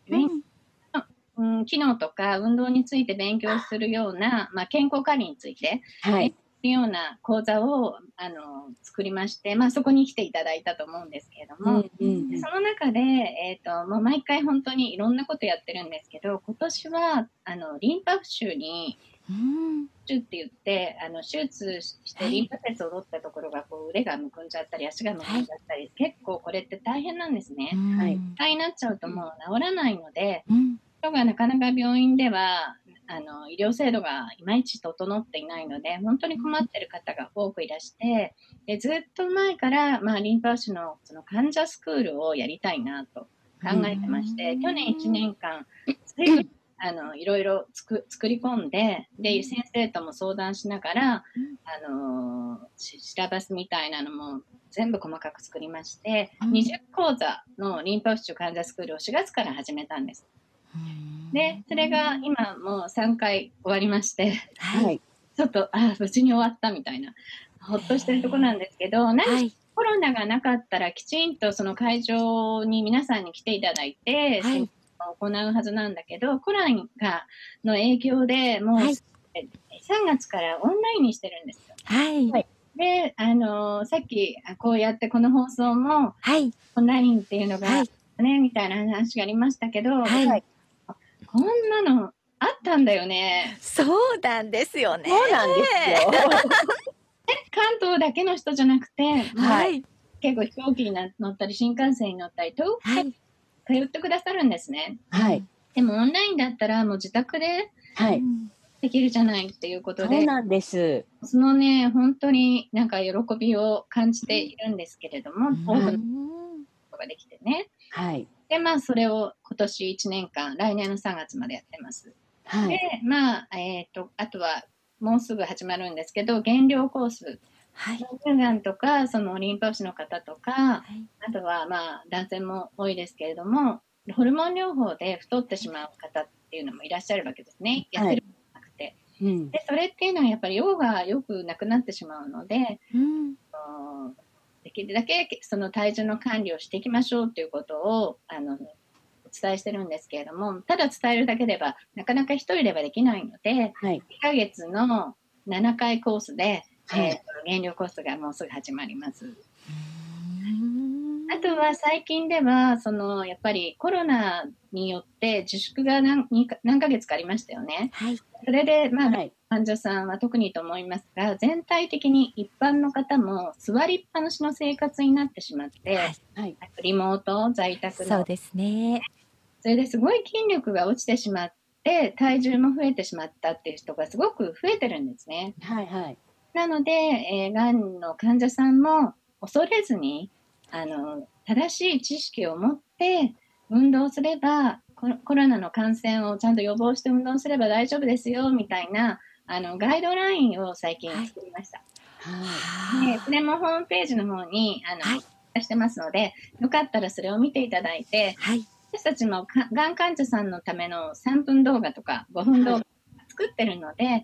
機能とか運動について勉強するような、健康管理について、ような講座を作りまして、そこに来ていただいたと思うんですけれども、その中で、もう毎回本当にいろんなことやってるんですけど、今年はリンパ浮腫にって言って手術してリンパ節を取ったところが腕がむくんじゃったり足がむくんじゃったり、結構これって大変なんですね。いっぱいになっちゃうともう治らないので、人がなかなか病院では医療制度がいまいち整っていないので本当に困っている方が多くいらしてでずっと前から、リンパ浮腫のその患者スクールをやりたいなと考えてまして去年1年間いろいろ作り込んで先生とも相談しながらシラバスみたいなのも全部細かく作りまして20講座のリンパ浮腫患者スクールを4月から始めたんです。でそれが今もう3回終わりまして、ちょっと無事に終わったみたいなほっとしてるところなんですけど、コロナがなかったらきちんとその会場に皆さんに来ていただいて、行うはずなんだけどコロナの影響でもう、3月からオンラインにしてるんですよ。でさっきこうやってこの放送も、オンラインっていうのが、みたいな話がありましたけど、こんなのあったんだよね。 そうなんですよね。 そうなんですよ。 関東だけの人じゃなくて、結構飛行機に乗ったり新幹線に乗ったりと、通ってくださるんですね。でもオンラインだったらもう自宅でできるじゃないっていうことで、 そうなんです。 そのね本当になんか喜びを感じているんですけれども、多くのことができてね。でそれを今年1年間来年の3月までやってます。であとはもうすぐ始まるんですけど減量コース、乳がんとかそのリンパ浮腫の方とか、あとは男性も多いですけれどもホルモン療法で太ってしまう方っていうのもいらっしゃるわけですね。痩せるんじゃなくて、でそれっていうのはやっぱり量がよくなくなってしまうので、できるだけその体重の管理をしていきましょうということをお伝えしてるんですけれども、ただ伝えるだけではなかなか一人ではできないので、1ヶ月の7回コースで、減量コースがもうすぐ始まります。あとは最近ではやっぱりコロナによって自粛が何ヶ月かありましたよね。それで患者さんは特にと思いますが全体的に一般の方も座りっぱなしの生活になってしまって、リモート在宅のそうですね。 それですごい筋力が落ちてしまって体重も増えてしまったっていう人がすごく増えてるんですね。なので、がんの患者さんも恐れずに正しい知識を持って運動すればコロナの感染をちゃんと予防して運動すれば大丈夫ですよみたいなガイドラインを最近作りました。でそれもホームページの方に出してますのでよかったらそれを見ていただいて、私たちもがん患者さんのための3分動画とか5分動画作ってるので、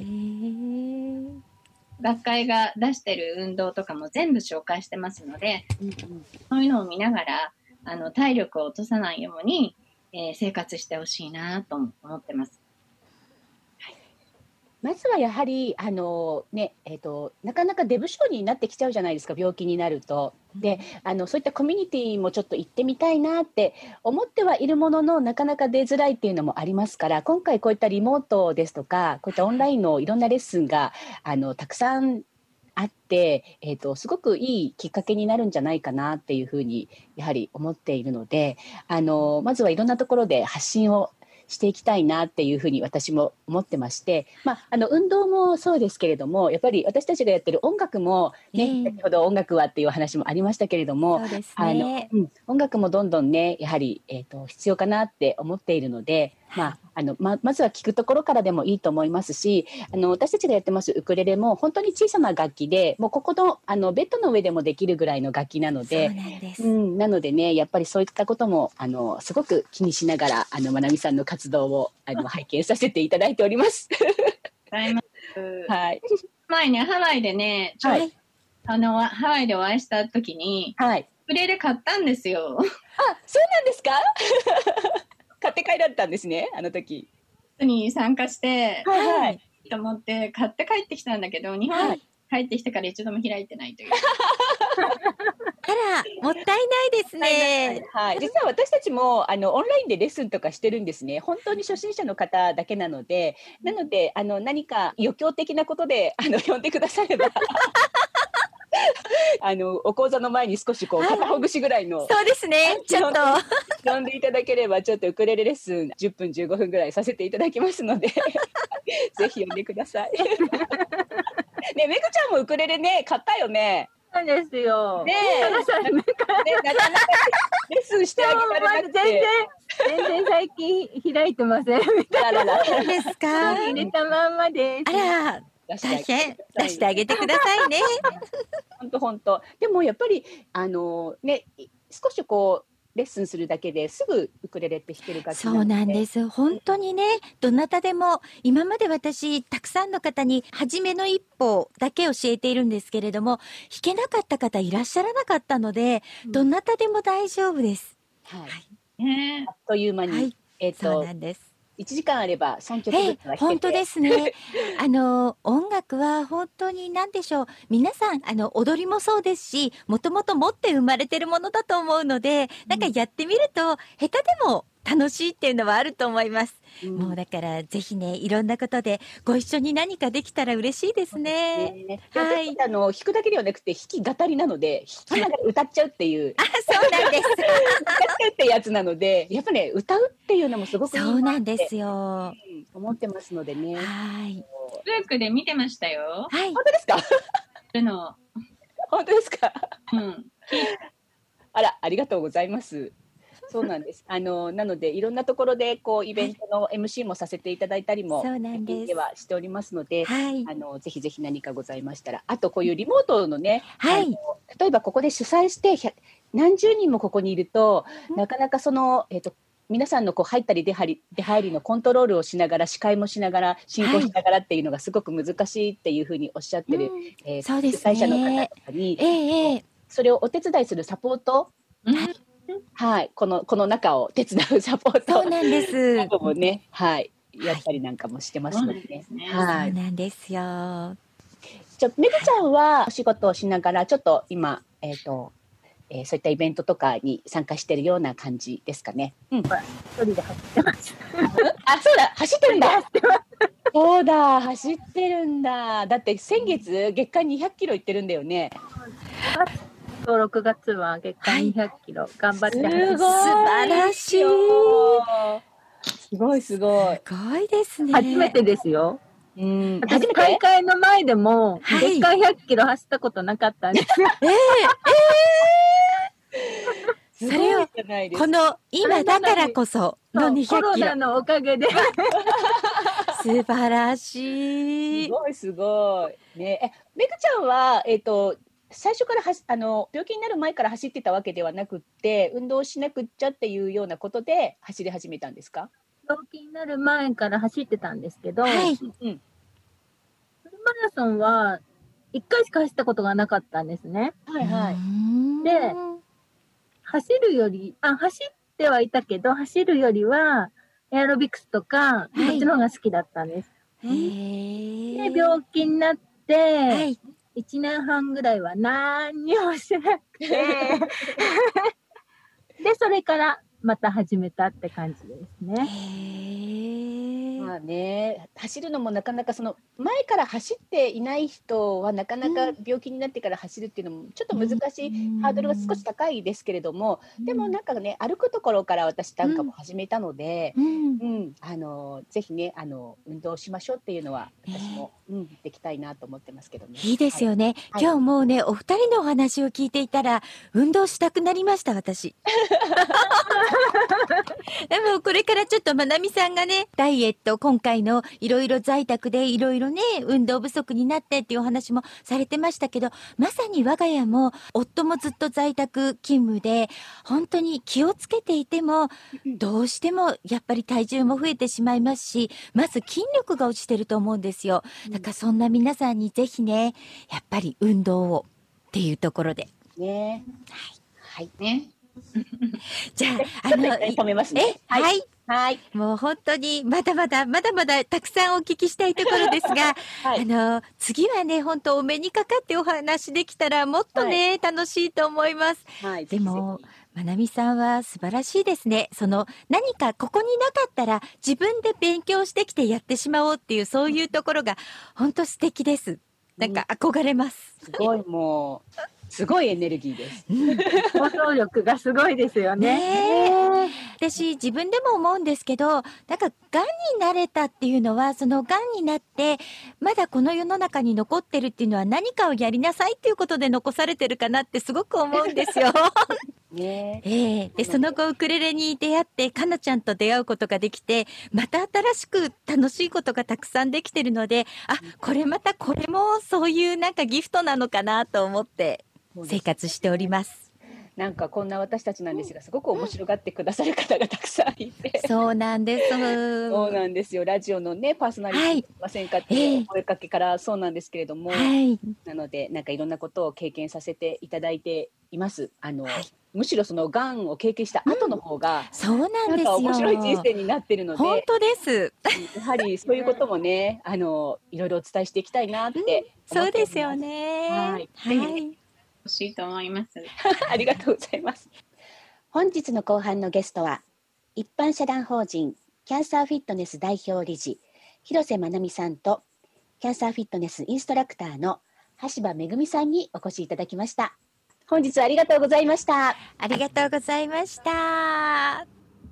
学会が出してる運動とかも全部紹介してますので、そういうのを見ながら体力を落とさないように、生活してほしいなと思ってます。 まずはやはりなかなか出不精になってきちゃうじゃないですか、病気になると。でそういったコミュニティもちょっと行ってみたいなって思ってはいるもののなかなか出づらいっていうのもありますから、今回こういったリモートですとかこういったオンラインのいろんなレッスンがたくさんあって、すごくいいきっかけになるんじゃないかなっていうふうにやはり思っているので、まずはいろんなところで発信をしていきたいなっていうふうに私も思ってまして、運動もそうですけれども、やっぱり私たちがやってる音楽もね、先ほど音楽はっていう話もありましたけれども、 そうですね、 音楽もどんどんね、やはり、必要かなって思っているので、まずは聞くところからでもいいと思いますし、私たちがやってますウクレレも本当に小さな楽器で、もうここのベッドの上でもできるぐらいの楽器なので、なのでね、やっぱりそういったこともすごく気にしながらまなみさんの活動を拝見させていただいております。 はい。前ね、ハワイでね、ハワイでお会いした時に、ウクレレ買ったんですよ。 あ、そうなんですか？買って帰られたんですね、あの時。 に参加して、と思って買って帰ってきたんだけど、日本帰ってきてから一度も開いてないという。 あら、もったいないですね。 実は私たちもオンラインでレッスンとかしてるんですね。本当に初心者の方だけなので、何か余興的なことで呼んでくだされば。お講座の前に少し肩ほぐしぐらいの、 そうですね、ちょっと呼んでいただければ、ちょっとウクレレレッスン10分15分ぐらいさせていただきますのでぜひ呼んでくださいね、めぐちゃんもウクレレね、買ったよね。 そうですよ。 ねえ、なかなかレッスンしてあげられなくて、 全然最近開いてません。 そうですか。 入れたまんまです。 あら、大変出してあげてくださいね。 本当。でもやっぱり少しレッスンするだけですぐウクレレって弾ける楽器なので。 そうなんです。本当にね、どなたでも、今まで私たくさんの方に初めの一歩だけ教えているんですけれども、弾けなかった方いらっしゃらなかったので、どなたでも大丈夫です。あっという間に、 そうなんです。 1時間あれば3曲ずつは弾けて、 本当ですね。音楽は本当に何でしょう、皆さん踊りもそうですし、もともと持って生まれてるものだと思うので、なんかやってみると下手でも楽しいっていうのはあると思います。もうだからぜひね、いろんなことでご一緒に何かできたら嬉しいですね。 弾くだけではなくて弾き語りなので、弾きながら歌っちゃうっていうそうなんです歌っちゃうってやつなので、やっぱね、歌うっていうのもすごくいいなって、 そうなんですよ、 思ってますのでね。 ブークで見てましたよ。 本当ですか？本当ですか？ありがとうございます。そうなんです。なのでいろんなところでイベントの MC もさせていただいたりもではしておりますので、ぜひぜひ何かございましたら、あとこういうリモートのね、例えばここで主催して何十人もここにいると、なかなか皆さんの入ったり出入りのコントロールをしながら、司会もしながら進行しながらっていうのがすごく難しいっていうふうにおっしゃってる、主催者の方とかに、それをお手伝いするサポート、この中を手伝うサポート、 そうなんです。 などもね、やったりなんかもしてますので、 そうなんですよ。 めぐちゃんはお仕事をしながら、ちょっと今そういったイベントとかに参加しているような感じですかね。 一人で走ってます。 そうだ、走ってるんだ。そうだ、走ってるんだ。だって先月月間200キロ行ってるんだよね。 6月は月間200キロ頑張って走って、 素晴らしい。 すごいすごい。 すごいですね。 初めてですよ。私大会の前でも月間100キロ走ったことなかったんですよ。 それをこの今だからこその200キロ。コロナのおかげで。 素晴らしい。 すごいすごい。ね、めぐちゃんは最初から病気になる前から走ってたわけではなくって、運動しなくっちゃっていうようなことで走り始めたんですか？ 病気になる前から走ってたんですけど、フルマラソンは1回しか走ったことがなかったんですね。で、走ってはいたけど、走るよりはエアロビクスとか、そっちの方が好きだったんです。で、病気になって、1年半ぐらいは何にもしてなくてで、それからまた始めたって感じですね。 まあね、走るのもなかなかその前から走っていない人はなかなか病気になってから走るっていうのもちょっと難しい、ハードルが少し高いですけれども、でもなんかね、歩くところから私なんかも始めたので、ぜひね運動しましょうっていうのは私も、できたいなと思ってますけどね。 いいですよね、今日もうねお二人のお話を聞いていたら運動したくなりました私。でもこれからちょっとまなみさんがねダイエット、今回のいろいろ在宅でいろいろね運動不足になってっていうお話もされてましたけど、まさに我が家も夫もずっと在宅勤務で本当に気をつけていてもどうしてもやっぱり体重も増えてしまいますし、まず筋力が落ちてると思うんですよ。だからそんな皆さんにぜひねやっぱり運動をっていうところでね、 はいね。 じゃあ止めますね。 はい、もう本当にまだまだたくさんお聞きしたいところですが、次はね本当お目にかかってお話できたらもっとね、楽しいと思います。でもまなみさんは素晴らしいですね。その何かここになかったら自分で勉強してきてやってしまおうっていうそういうところが本当素敵です。なんか憧れます。 すごい、もうすごいエネルギーです。 想像力がすごいですよね。 私自分でも思うんですけど、なんかがんになれたっていうのは、そのがんになってまだこの世の中に残ってるっていうのは何かをやりなさいっていうことで残されてるかなってすごく思うんですよ。でその後ウクレレに出会ってかなちゃんと出会うことができて、また新しく楽しいことがたくさんできてるので、これもそういうなんかギフトなのかなと思って生活しております。 なんかこんな私たちなんですが、すごく面白がってくださる方がたくさんいて。 そうなんです。 そうなんですよ。ラジオのねパーソナリティいませんかってお声かけからそうなんですけれども、なのでなんかいろんなことを経験させていただいています。むしろそのがんを経験した後の方が、 そうなんですよ。 面白い人生になってるので、 本当です。 やはりそういうこともね、いろいろお伝えしていきたいなって思ってます。 そうですよね。 欲しいと思います。 ありがとうございます。 本日の後半のゲストは一般社団法人キャンサーフィットネス代表理事広瀬まなみさんとキャンサーフィットネスインストラクターの橋場めぐみさんにお越しいただきました。本日はありがとうございました。 ありがとうございました。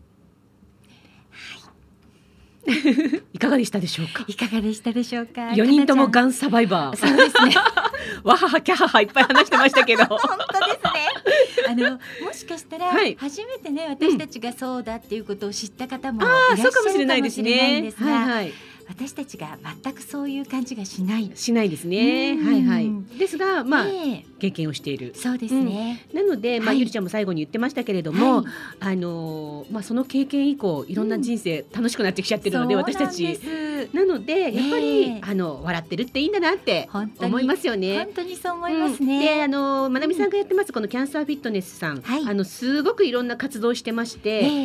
いかがでしたでしょうか。 いかがでしたでしょうか。 4人ともがんサバイバー。 そうですね。 わははキャハハいっぱい話してましたけど。 本当ですね。もしかしたら初めてね、私たちがそうだっていうことを知った方もいらっしゃるかもしれないんですが、私たちが全くそういう感じがしないですね。ですが経験をしている。 そうですね。 なのでゆりちゃんも最後に言ってましたけれども、その経験以降いろんな人生楽しくなってきちゃってるので、私たちなのでやっぱり笑ってるっていいんだなって思いますよね。 本当にそう思いますね。 でまなみさんがやってますこのキャンサーフィットネスさん、すごくいろんな活動してまして、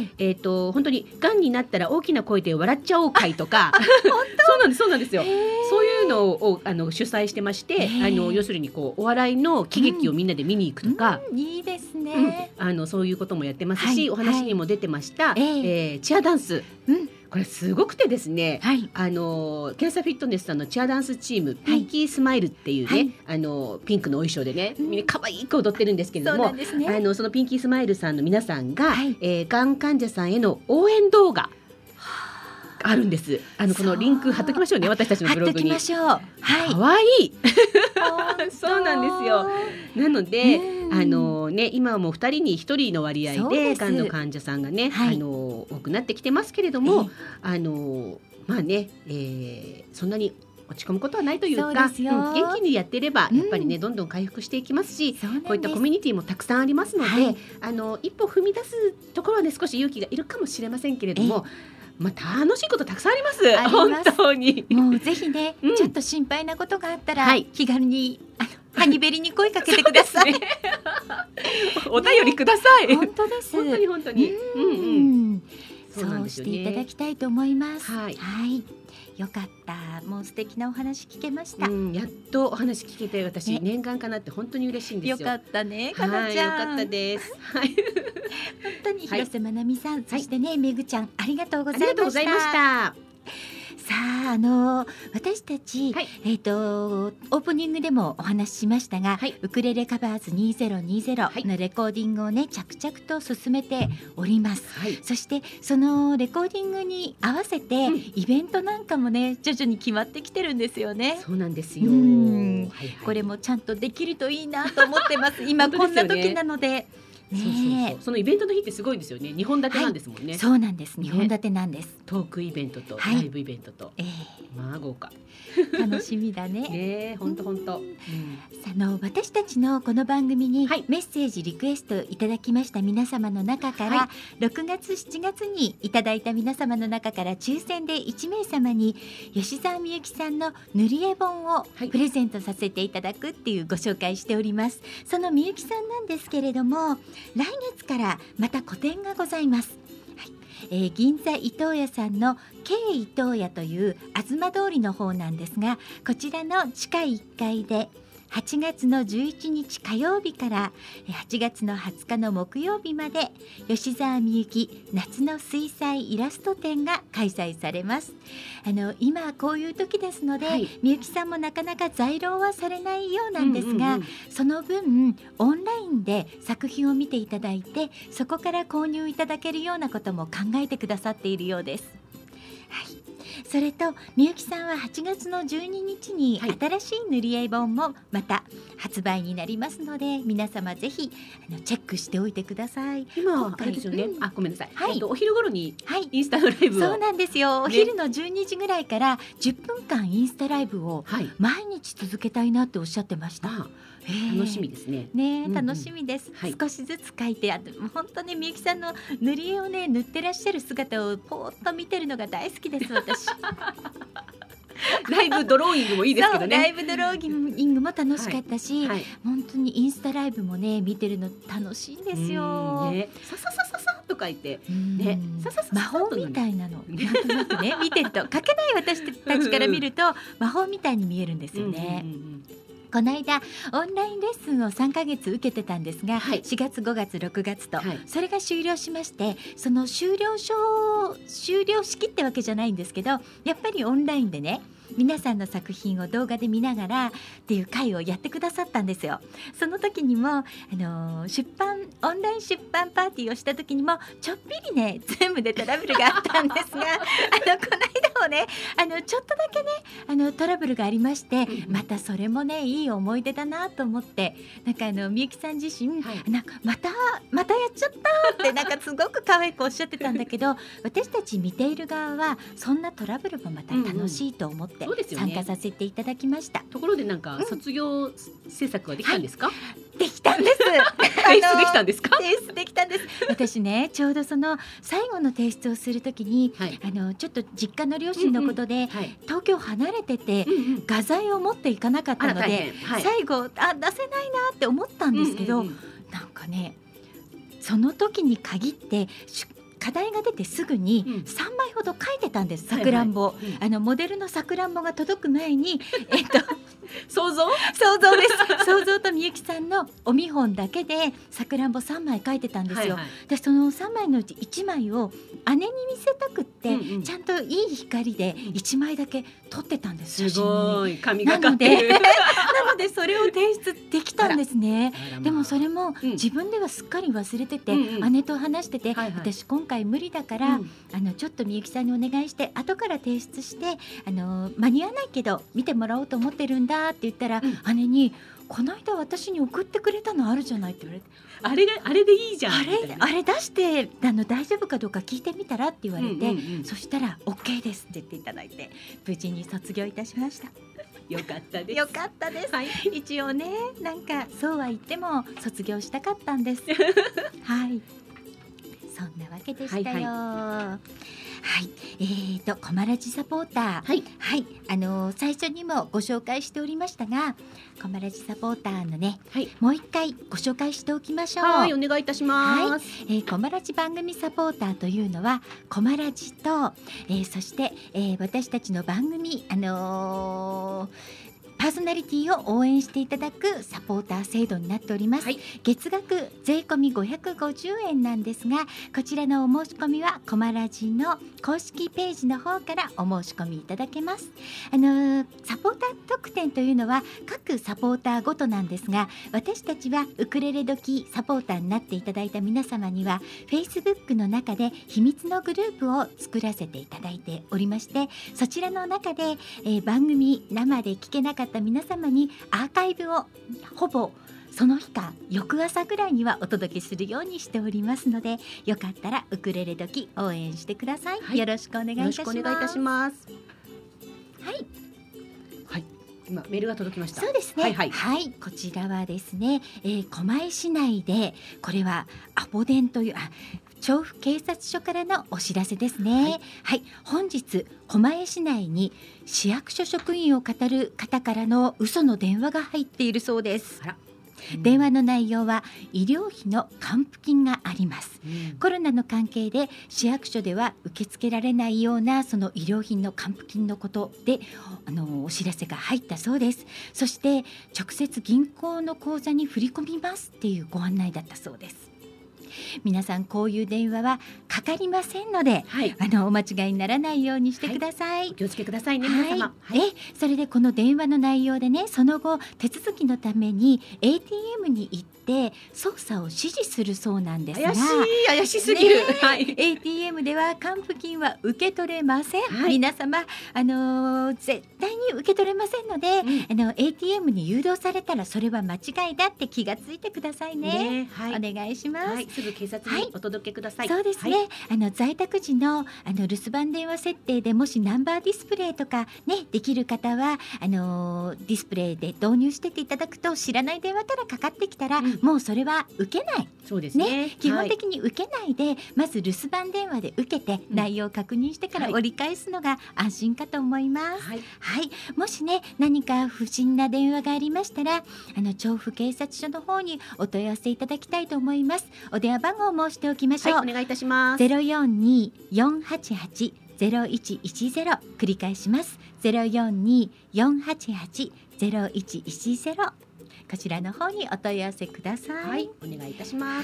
本当にがんになったら大きな声で笑っちゃおう会とかそうなんですよ。そういうのを主催してまして、要するにお笑いの喜劇をみんなで見に行くとか、 いいですね。 そういうこともやってますし、お話にも出てました、チアダンス、これすごくてですね、キャンサーフィットネスさんのチアダンスチーム、ピンキースマイルっていうね、ピンクのお衣装でねみんな可愛く踊ってるんですけれども、そのピンキースマイルさんの皆さんが、がん患者さんへの応援動画あるんです。このリンク貼っときましょうね、私たちのブログに。可愛いそうなんですよ。なので今はもう2人に1人の割合でがんの患者さんがね、多くなってきてますけれども、そんなに落ち込むことはないというか、元気にやっていればやっぱりね、どんどん回復していきますし、こういったコミュニティもたくさんありますので、一歩踏み出すところはね少し勇気がいるかもしれませんけれども、楽しいことたくさんあります。本当にもうぜひね、ちょっと心配なことがあったら、気軽にハニベリに声かけてください。 お便りください。 本当です。 本当にそうしていただきたいと思います。よかった。もう素敵なお話聞けました。 やっとお話聞けて、私念願かなって本当に嬉しいんですよ。 よかったね、かなちゃん。 よかったです。 本当に広瀬まなみさん、そしてねめぐちゃん、ありがとうございました。 私たち、オープニングでもお話ししましたが、ウクレレカバーズ2020のレコーディングをね、着々と進めております。そしてそのレコーディングに合わせて、イベントなんかもね徐々に決まってきてるんですよね。 そうなんですよ。 これもちゃんとできるといいなと思ってます。今こんな時なので。 そのイベントの日ってすごいですよね。2本立てなんですもんね。 そうなんです。2本立てなんです。 トークイベントとライブイベントと、まあ豪華。 楽しみだね。 本当。 私たちのこの番組にメッセージリクエストいただきました皆様の中から、6月7月にいただいた皆様の中から抽選で1名様に吉澤みゆきさんの塗り絵本をプレゼントさせていただくっていうご紹介しております。そのみゆきさんなんですけれども、来月からまた個展がございます。銀座伊東屋さんの K 伊東屋という東通りの方なんですが、こちらの地下1階で8月の11日火曜日から8月の20日の木曜日まで吉澤みゆき夏の水彩イラスト展が開催されます。今こういう時ですので、みゆきさんもなかなか在廊はされないようなんですが、その分オンラインで作品を見ていただいて、そこから購入いただけるようなことも考えてくださっているようです。それとみゆきさんは8月の12日に新しい塗り絵本もまた発売になりますので、皆様ぜひチェックしておいてください。 今あれですよね、ごめんなさい、お昼頃にインスタのライブを、 そうなんですよ、お昼の12時ぐらいから10分間インスタライブを毎日続けたいなっておっしゃってました。 楽しみですね。 楽しみです。少しずつ描いて、本当ね、みゆきさんの塗り絵をね塗ってらっしゃる姿をぽーっと見てるのが大好きです、私。 ライブドローイングもいいですけどね。 ライブドローイングも楽しかったし、本当にインスタライブもね見てるの楽しいんですよ。 さささささと書いてね、魔法みたいなのなんとなくね見てると、書けない私たちから見ると魔法みたいに見えるんですよね。この間オンラインレッスンを3ヶ月受けてたんですが、4月5月6月と、それが終了しまして、その終了式ってわけじゃないんですけど、やっぱりオンラインでね皆さんの作品を動画で見ながらっていう会をやってくださったんですよ。その時にもオンライン出版パーティーをした時にもちょっぴりねズームでトラブルがあったんですがこの間もねちょっとだけねトラブルがありまして、またそれもねいい思い出だなと思って、なんかみゆきさん自身、なんかまたやっちゃったってなんかすごく可愛くおっしゃってたんだけど私たち見ている側はそんなトラブルもまた楽しいと思って参加させていただきました。 ところでなんか卒業制作はできたんですか？ できたんです。 提出できたんですか？ 提出できたんです。私ねちょうどその最後の提出をするときに、ちょっと実家の両親のことで、東京離れてて、画材を持っていかなかったので、最後出せないなって思ったんですけど、なんかねその時に限って課題が出てすぐに3枚ほど書いてたんです、さくらんぼ。モデルのさくらんぼが届く前に想像です想像とみゆきさんのお見本だけでさくらんぼ3枚書いてたんですよ。でその3枚のうち1枚を姉に見せたくって、ちゃんといい光で1枚だけ撮ってたんです。 すごい神がかってるなのでそれを提出できたんですね。でもそれも自分ではすっかり忘れてて、姉と話してて、私今回無理だから、ちょっとみゆきさんにお願いして後から提出して間に合わないけど見てもらおうと思ってるんだって言ったら、姉にこの間私に送ってくれたのあるじゃないって言われて、 あれでいいじゃん、 あれ出して大丈夫かどうか聞いてみたらって言われて、そしたら OK ですって言っていただいて無事に卒業いたしました。 よかったです。 よかったです、一応ねなんかそうは言っても卒業したかったんですはいそんなわけでしたよ。コマラジサポーター、最初にもご紹介しておりましたが、コマラジサポーターのね、もう一回ご紹介しておきましょう。 はい、お願いいたします。 コマラジ番組サポーターというのはコマラジと、そして、私たちの番組パーソナリティを応援していただくサポーター制度になっております、はい、月額税込み550円なんですが、こちらのお申し込みはコマラジの公式ページの方からお申し込みいただけます。サポーター特典というのは各サポーターごとなんですが、私たちはウクレレ時サポーターになっていただいた皆様には Facebook の中で秘密のグループを作らせていただいておりまして、そちらの中で、番組生で聞けなかった皆様にアーカイブをほぼその日か翌朝ぐらいにはお届けするようにしておりますので、よかったらウクレレ時応援してください、はい、よろしくお願いいたします。 よろしくお願いいたします。 はい、 はい、今メールが届きました。 そうですね、はいはいはい、こちらはですね、狛江市内で、これはアポ電という調布警察署からのお知らせですね、はいはい、本日狛江市内に市役所職員を語る方からの嘘の電話が入っているそうです。電話の内容は医療費の還付金があります、コロナの関係で市役所では受け付けられないようなその医療費の還付金のことでお知らせが入ったそうです。そして直接銀行の口座に振り込みますっていうご案内だったそうです。皆さんこういう電話はかかりませんので、はい、お間違いにならないようにしてください、はい、 お気をつけくださいね、皆様、 はい、それでこの電話の内容でね、その後手続きのために ATM に行って操作を指示するそうなんですが、 怪しすぎる、 はい、ATM では還付金は受け取れません、はい、皆様絶対に受け取れませんので、ATM に誘導されたらそれは間違いだって気がついてください ね、はい、お願いします、 はい、すぐ警察にお届けください、 そうですね、はい、在宅時の留守番電話設定でもしナンバーディスプレイとかねできる方はディスプレイで導入していただくと、知らない電話からかかってきたら、もうそれは受けない、 そうですね、 基本的に受けないで、まず留守番電話で受けて内容を確認してから折り返すのが安心かと思います、はいはい、もしね何か不審な電話がありましたら調布警察署の方にお問い合わせいただきたいと思います。お電話番号を申しておきましょう、 はい、お願いいたします。 042-488-0110 繰り返します。 042-488-0110 こちらの方にお問い合わせください。 はい、お願いいたします。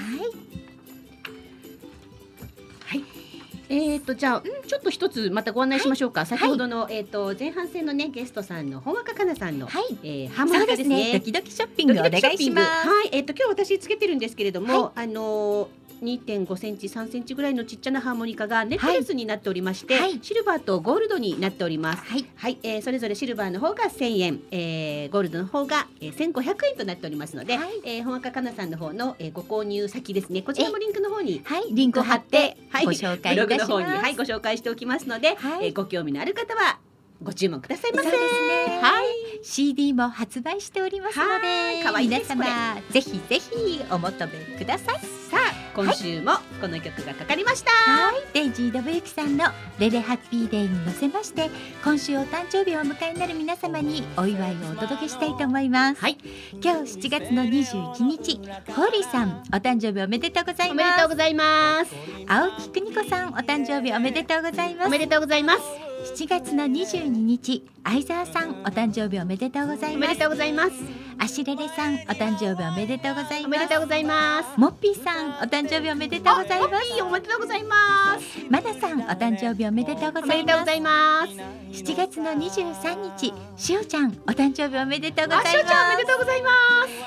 はい、じゃあちょっと一つまたご案内しましょうか、はい、先ほどの、前半戦のねゲストさんの本若かなさんの、はい、ハーモニカですね、 ドキドキショッピングお願いします。 はい、今日私つけてるんですけれども、はい、2.5 センチ3センチぐらいのちっちゃなハーモニカがネックレスになっておりまして、はい、シルバーとゴールドになっております、はいはい、それぞれシルバーの方が1000円、ゴールドの方が1500円となっておりますので、はい、本若かなさんの方の、ご購入先ですね、こちらもリンクの方に、 はい、リンクを貼って、はい、ご紹介いたします。ブログの方に、 はい、ご紹介しておきますので、はい、ご興味のある方はご注文くださいませ。 そうですね、はい、CD も発売しておりますので、 かわいいです。 皆様ぜひぜひお求めください。 さあ今週もこの曲がかかりました、 はい、デイジー信之さんのレレハッピーデーに乗せまして、今週お誕生日をお迎えになる皆様にお祝いをお届けしたいと思います、はい、今日7月の21日ホーリーさんお誕生日おめでとうございます。 おめでとうございます。 青木邦子さんお誕生日おめでとうございます。 おめでとうございます。 7月の22日相沢さんお誕生日おめでとうございます。 おめでとうございます。 アシレレさんお誕生日おめでとうございます。 おめでとうございます。 モッピーさんお誕生日おめでとうございます。 モッピーおめでとうございます。 マナさんお誕生日おめでとうございます。 おめでとうございます。 7月の23日しおちゃんお誕生日おめでとうございます。 しおちゃんおめでとうございます。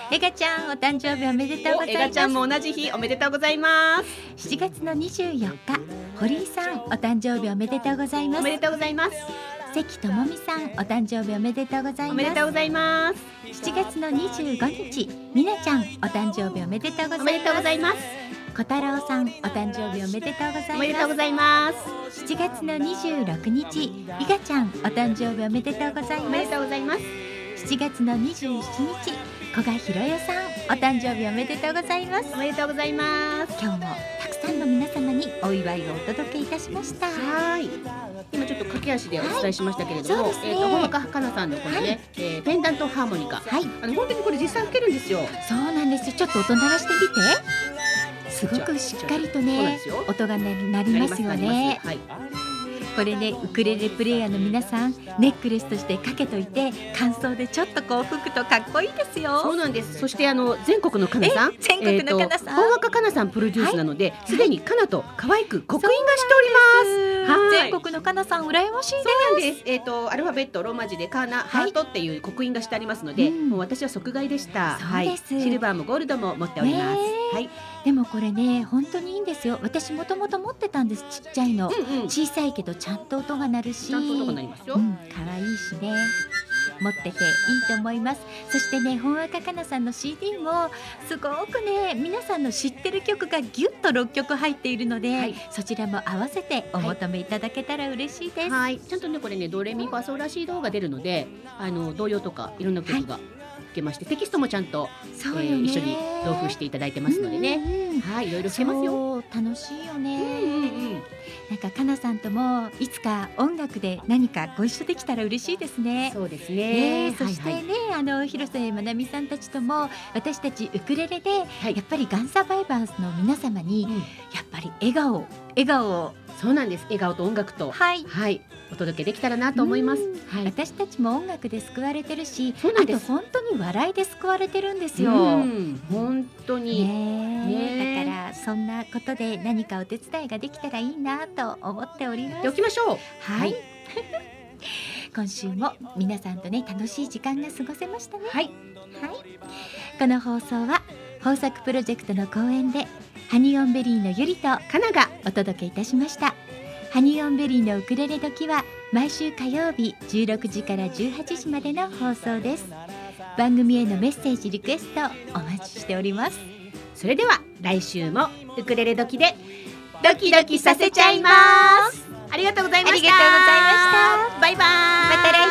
エガちゃんお誕生日おめでとうございます。 エガちゃんも同じ日おめでとうございます。 7月の24日堀井さんお誕生日おめでとうございます。 おめでとうございます。 関智美さんお誕生日おめでとうございます。 おめでとうございます。 7月の25日みなちゃんお誕生日おめでとうございます。 おめでとうございます。 小太郎さんお誕生日おめでとうございます。 おめでとうございます。 7月の26日いがちゃんお誕生日おめでとうございます。 おめでとうございます。 7月の27日古賀ひろよさんお誕生日おめでとうございます。 おめでとうございます。 今日もたくさんの皆様にお祝いをお届けいたしました。 はい、今ちょっと駆け足でお伝えしましたけれども、本若かなさんのこのね、ペンダントハーモニカ、はい、本当にこれ実際吹けるんですよ。 そうなんですよ。ちょっと音鳴らしてみて。すごくしっかりとね音が鳴りますよね。はい、 これねウクレレプレイヤーの皆さんネックレスとしてかけといて感想でちょっとこう吹くとかっこいいですよ。 そうなんです。そして全国のかなさん、 全国のかなさん、 本若かなさんプロデュースなので、すでにかなと可愛く刻印がしております。 全国のかなさん羨ましいです。 そうなんです。アルファベットローマ字でかな、ハートっていう刻印がしてありますので、もう私は即買いでした。 そうです。 シルバーもゴールドも持っております。はい。 でもこれね本当にいいんですよ。私もともと持ってたんです。ちっちゃいの、小さいけどちゃんと音が鳴るし、 ちゃんと音が鳴りますよ。 可愛いしね。持ってていいと思います。そしてね本若かなさんの CD もすごくね皆さんの知ってる曲がギュッと6曲入っているので、そちらも合わせてお求めいただけたら嬉しいです。 はい、ちゃんとねこれねドレミファソラシドが出るので童謡とかいろんな曲がけまして、テキストもちゃんと、一緒に同封していただいてますのでね、はい、いろいろしてますよ。 楽しいよね。なんかかなさんともいつか音楽で何かご一緒できたら嬉しいですね。 そうですね。 そしてね、広瀬まなみさんたちとも私たちウクレレで、やっぱりガンサバイバーズの皆様に、やっぱり笑顔をそうなんです。笑顔と音楽とお届けできたらなと思います。 私たちも音楽で救われてるし、あと本当に笑いで救われてるんですよ。 本当に、 だからそんなことで何かお手伝いができたらいいなと思っております。 やっておきましょう。 はい今週も皆さんとね楽しい時間が過ごせましたね。この放送は豊作プロジェクトの公演でハニオンベリーのゆりとかながお届けいたしました。ハニオンベリーのウクレレ時は毎週火曜日16時から18時までの放送です。番組へのメッセージリクエストお待ちしております。 それでは来週もウクレレ時でドキドキさせちゃいます。ありがとうございました。 ありがとうございました。 バイバイ。 また来週。